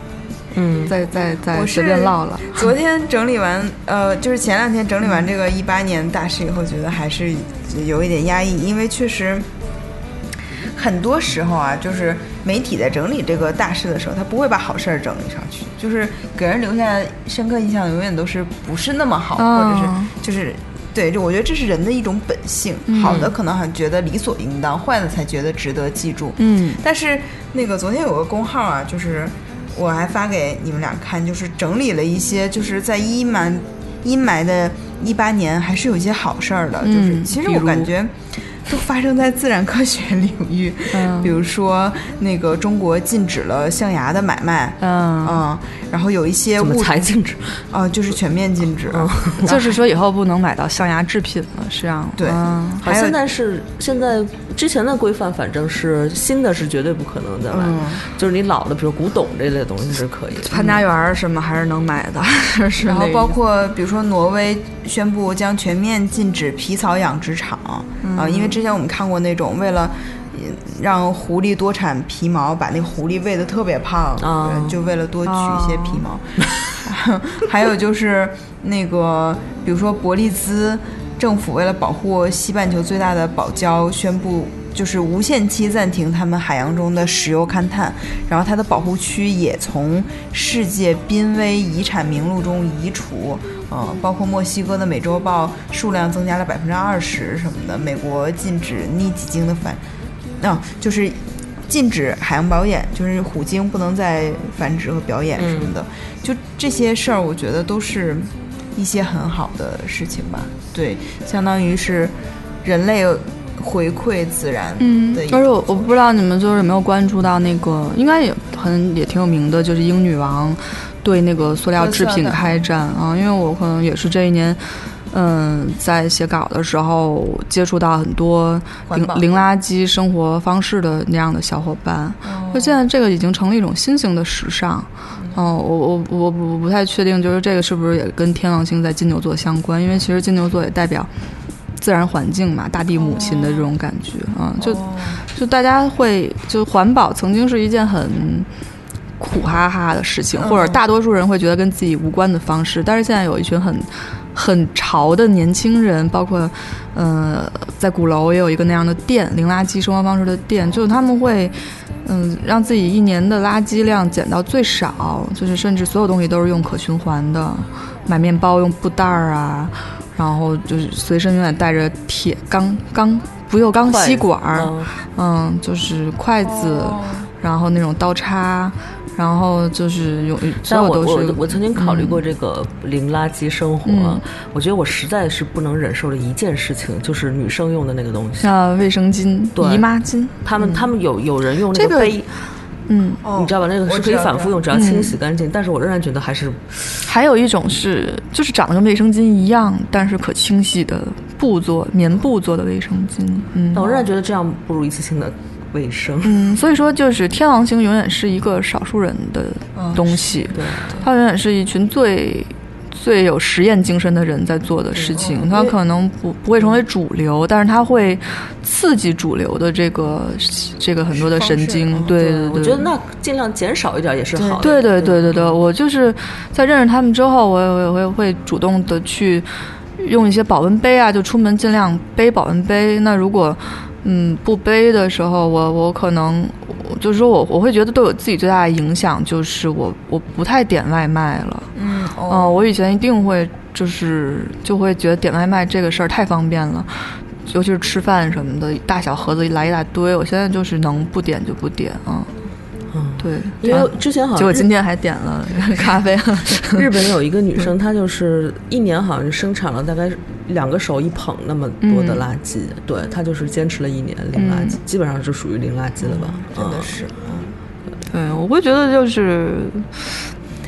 随便唠了。 昨天整理完，就是前2天整理完这个18年大事以后，觉得还是有一点压抑，因为确实很多时候啊，就是媒体在整理这个大事的时候，他不会把好事儿整理上去，就是给人留下深刻印象，永远都是不是那么好，或者是就是对，就我觉得这是人的一种本性，好的可能还觉得理所应当，坏的才觉得值得记住。但是那个昨天有个公号啊，就是我还发给你们俩看，就是整理了一些，就是在阴霾的18年，还是有一些好事儿的，就是其实我感觉都发生在自然科学领域，比如说那个中国禁止了象牙的买卖，然后有一些怎么才禁止？ 就是全面禁止， 就是说以后不能买到象牙制品了，是这样。 对， 还有现在之前的规范，反正是新的是绝对不可能的了，就是你老的，比如古董这类的东西是可以， 潘家园什么还是能买的。 然后包括比如说挪威宣布将全面禁止皮草养殖场，因为之前我们看过那种为了让狐狸多产皮毛，把那个狐狸喂得特别胖，就为了多取一些皮毛。还有就是那个比如说伯利兹政府为了保护西半球最大的堡礁，宣布就是无限期暂停他们海洋中的石油勘探，然后它的保护区也从世界濒危遗产名录中移除。包括墨西哥的美洲豹数量增加了20%什么的，美国禁止逆几经的就是禁止海洋表演，就是虎鲸不能再繁殖和表演什么的，就这些事儿，我觉得都是一些很好的事情吧。对，相当于是人类回馈自然的一个。 而且我不知道你们就是有没有关注到那个，应该也挺有名的，就是英女王对那个塑料制品开战啊，因为我可能也是这一年，在写稿的时候接触到很多零垃圾生活方式的那样的小伙伴，就现在这个已经成了一种新型的时尚。我不太确定，就是这个是不是也跟天王星在金牛座相关？因为其实金牛座也代表自然环境嘛，大地母亲的这种感觉就大家会就环保曾经是一件很苦哈哈的事情，或者大多数人会觉得跟自己无关的方式，但是现在有一群很潮的年轻人，包括在鼓楼也有一个那样的店，零垃圾生活方式的店，就是他们会让自己一年的垃圾量减到最少，就是甚至所有东西都是用可循环的，买面包用布袋啊，然后就是随身永远带着铁钢不锈钢吸管，就是筷子，然后那种刀叉，然后就是所有都是。 我曾经考虑过这个零垃圾生活，我觉得我实在是不能忍受的一件事情，就是女生用的那个东西， 卫生巾、姨妈巾，他们有人用那个杯。你知道吧？那个是可以反复用，只要清洗干净。但是我仍然觉得还有一种就是长得跟卫生巾一样，但是可清洗的棉布做的卫生巾。 但我仍然觉得这样不如一次性的卫生。 所以说就是天王星永远是一个少数人的东西，它永远是一群最有实验精神的人在做的事情，它可能不会成为主流，但是它会刺激主流的这个很多的神经。对， 我觉得那尽量减少一点也是好的。对，我就是在认识他们之后，我会主动的去用一些保温杯啊，就出门尽量背保温杯。那如果不背的时候，我可能就是说我会觉得对我自己最大的影响就是我不太点外卖了。我以前一定会就会觉得点外卖这个事儿太方便了，尤其是吃饭什么的，大小盒子来一大堆。我现在就是能不点就不点对， 因为之前好像结果今天还点了咖啡。 日本有一个女生，她就是一年好像生产了大概2个手一捧那么多的垃圾，对，她就是坚持了1年零垃圾，基本上是属于零垃圾了吧？ 真的是， 对，我会觉得就是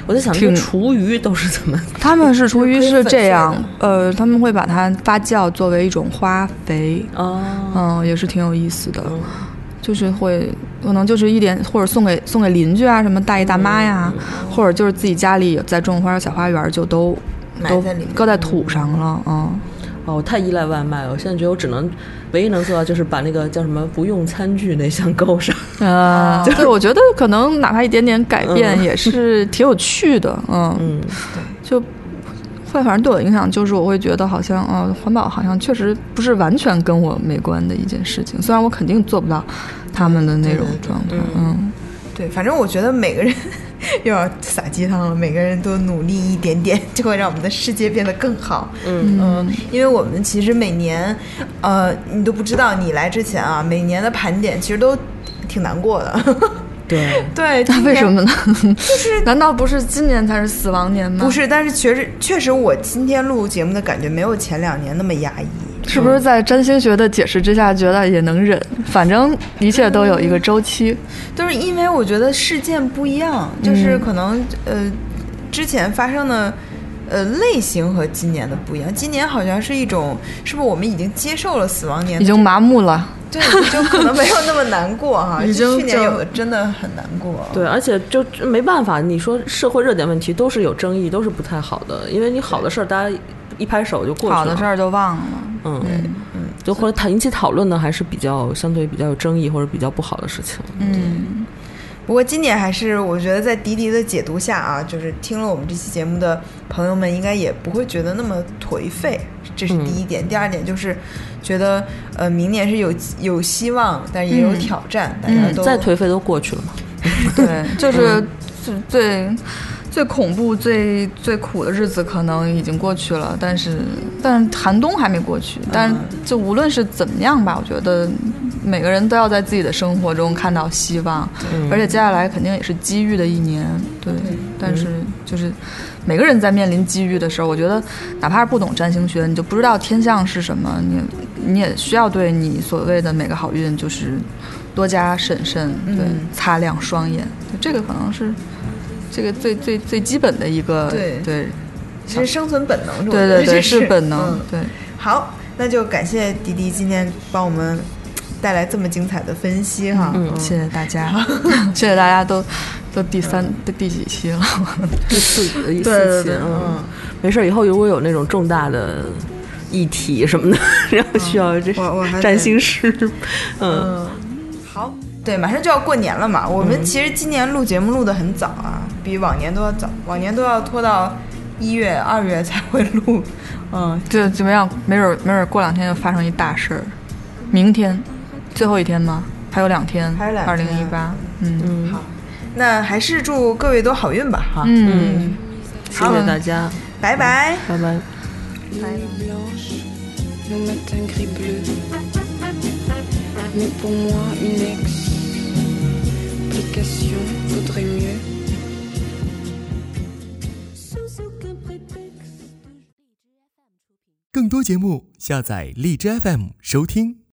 我在想那个厨余都是怎么？ 他们是厨余是这样，他们会把它发酵作为一种花肥，也是挺有意思的。就是会可能就是一点，或者送给邻居啊，什么大爷大妈呀，或者就是自己家里在种花小花园，就都搁在土上了。 我太依赖外卖了，我现在觉得我唯一能做到就是把那个叫什么不用餐具那项勾上。 对，我觉得可能哪怕一点点改变也是挺有趣的。就会反正对我的影响就是我会觉得好像环保好像确实不是完全跟我没关的一件事情，虽然我肯定做不到他们的那种状态。 对，反正我觉得每个人又要撒鸡汤了，每个人都努力一点点，就会让我们的世界变得更好。因为我们其实每年，你都不知道，你来之前啊，每年的盘点其实都挺难过的。 对， 那为什么呢？就是难道不是今年才是死亡年吗？ 不是，但是确实我今天录节目的感觉没有前2年那么压抑。 是不是在占星学的解释之下觉得也能忍，反正一切都有一个周期。 都是因为我觉得事件不一样，就是可能之前发生的类型和今年的不一样。今年好像是一种，是不是我们已经接受了死亡年， 已经麻木了？ 对，就可能没有那么难过哈。去年有的真的很难过。 对，而且就没办法，你说社会热点问题都是有争议，都是不太好的，因为你好的事儿大家一拍手就过去了， 好的事儿就忘了。 就或者引起讨论的还是相对比较有争议或者比较不好的事情。 不过今年还是我觉得在迪迪的解读下啊，就是听了我们这期节目的朋友们应该也不会觉得那么颓废，这是第一点。第二点就是觉得明年是有希望，但也有挑战，大家都再颓废都过去了嘛。 对，就是最恐怖、最苦的日子可能已经过去了，但是寒冬还没过去。但就无论是怎么样吧，我觉得每个人都要在自己的生活中看到希望，而且接下来肯定也是机遇的一年。对，但是就是每个人在面临机遇的时候，我觉得哪怕是不懂占星学，你就不知道天象是什么，你也需要对你所谓的每个好运就是多加审慎，对，擦亮双眼。对，这个可能是这个最基本的一个对， 其实生存本能， 对是本能。对， 好，那就感谢迪迪今天帮我们带来这么精彩的分析哈。 谢谢大家，谢谢大家都第几期了？ 第4期。没事，以后如果有那种重大的议题什么的，然后需要这占星师， 好。对，马上就要过年了嘛，我们其实今年录节目录得很早啊，比往年都要早，往年都要拖到1月2月才会录。 就怎么样？没准过2天就发生一大事儿。明天最后一天吗？还有2天， 还有2天 2018。 好，那还是祝各位都好运吧哈。 谢谢大家， 拜拜， 拜拜。 Mais pour moi, une explication vaudrait mieux. Sous aucun prétexte. 更多节目，下载荔枝 FM 收听。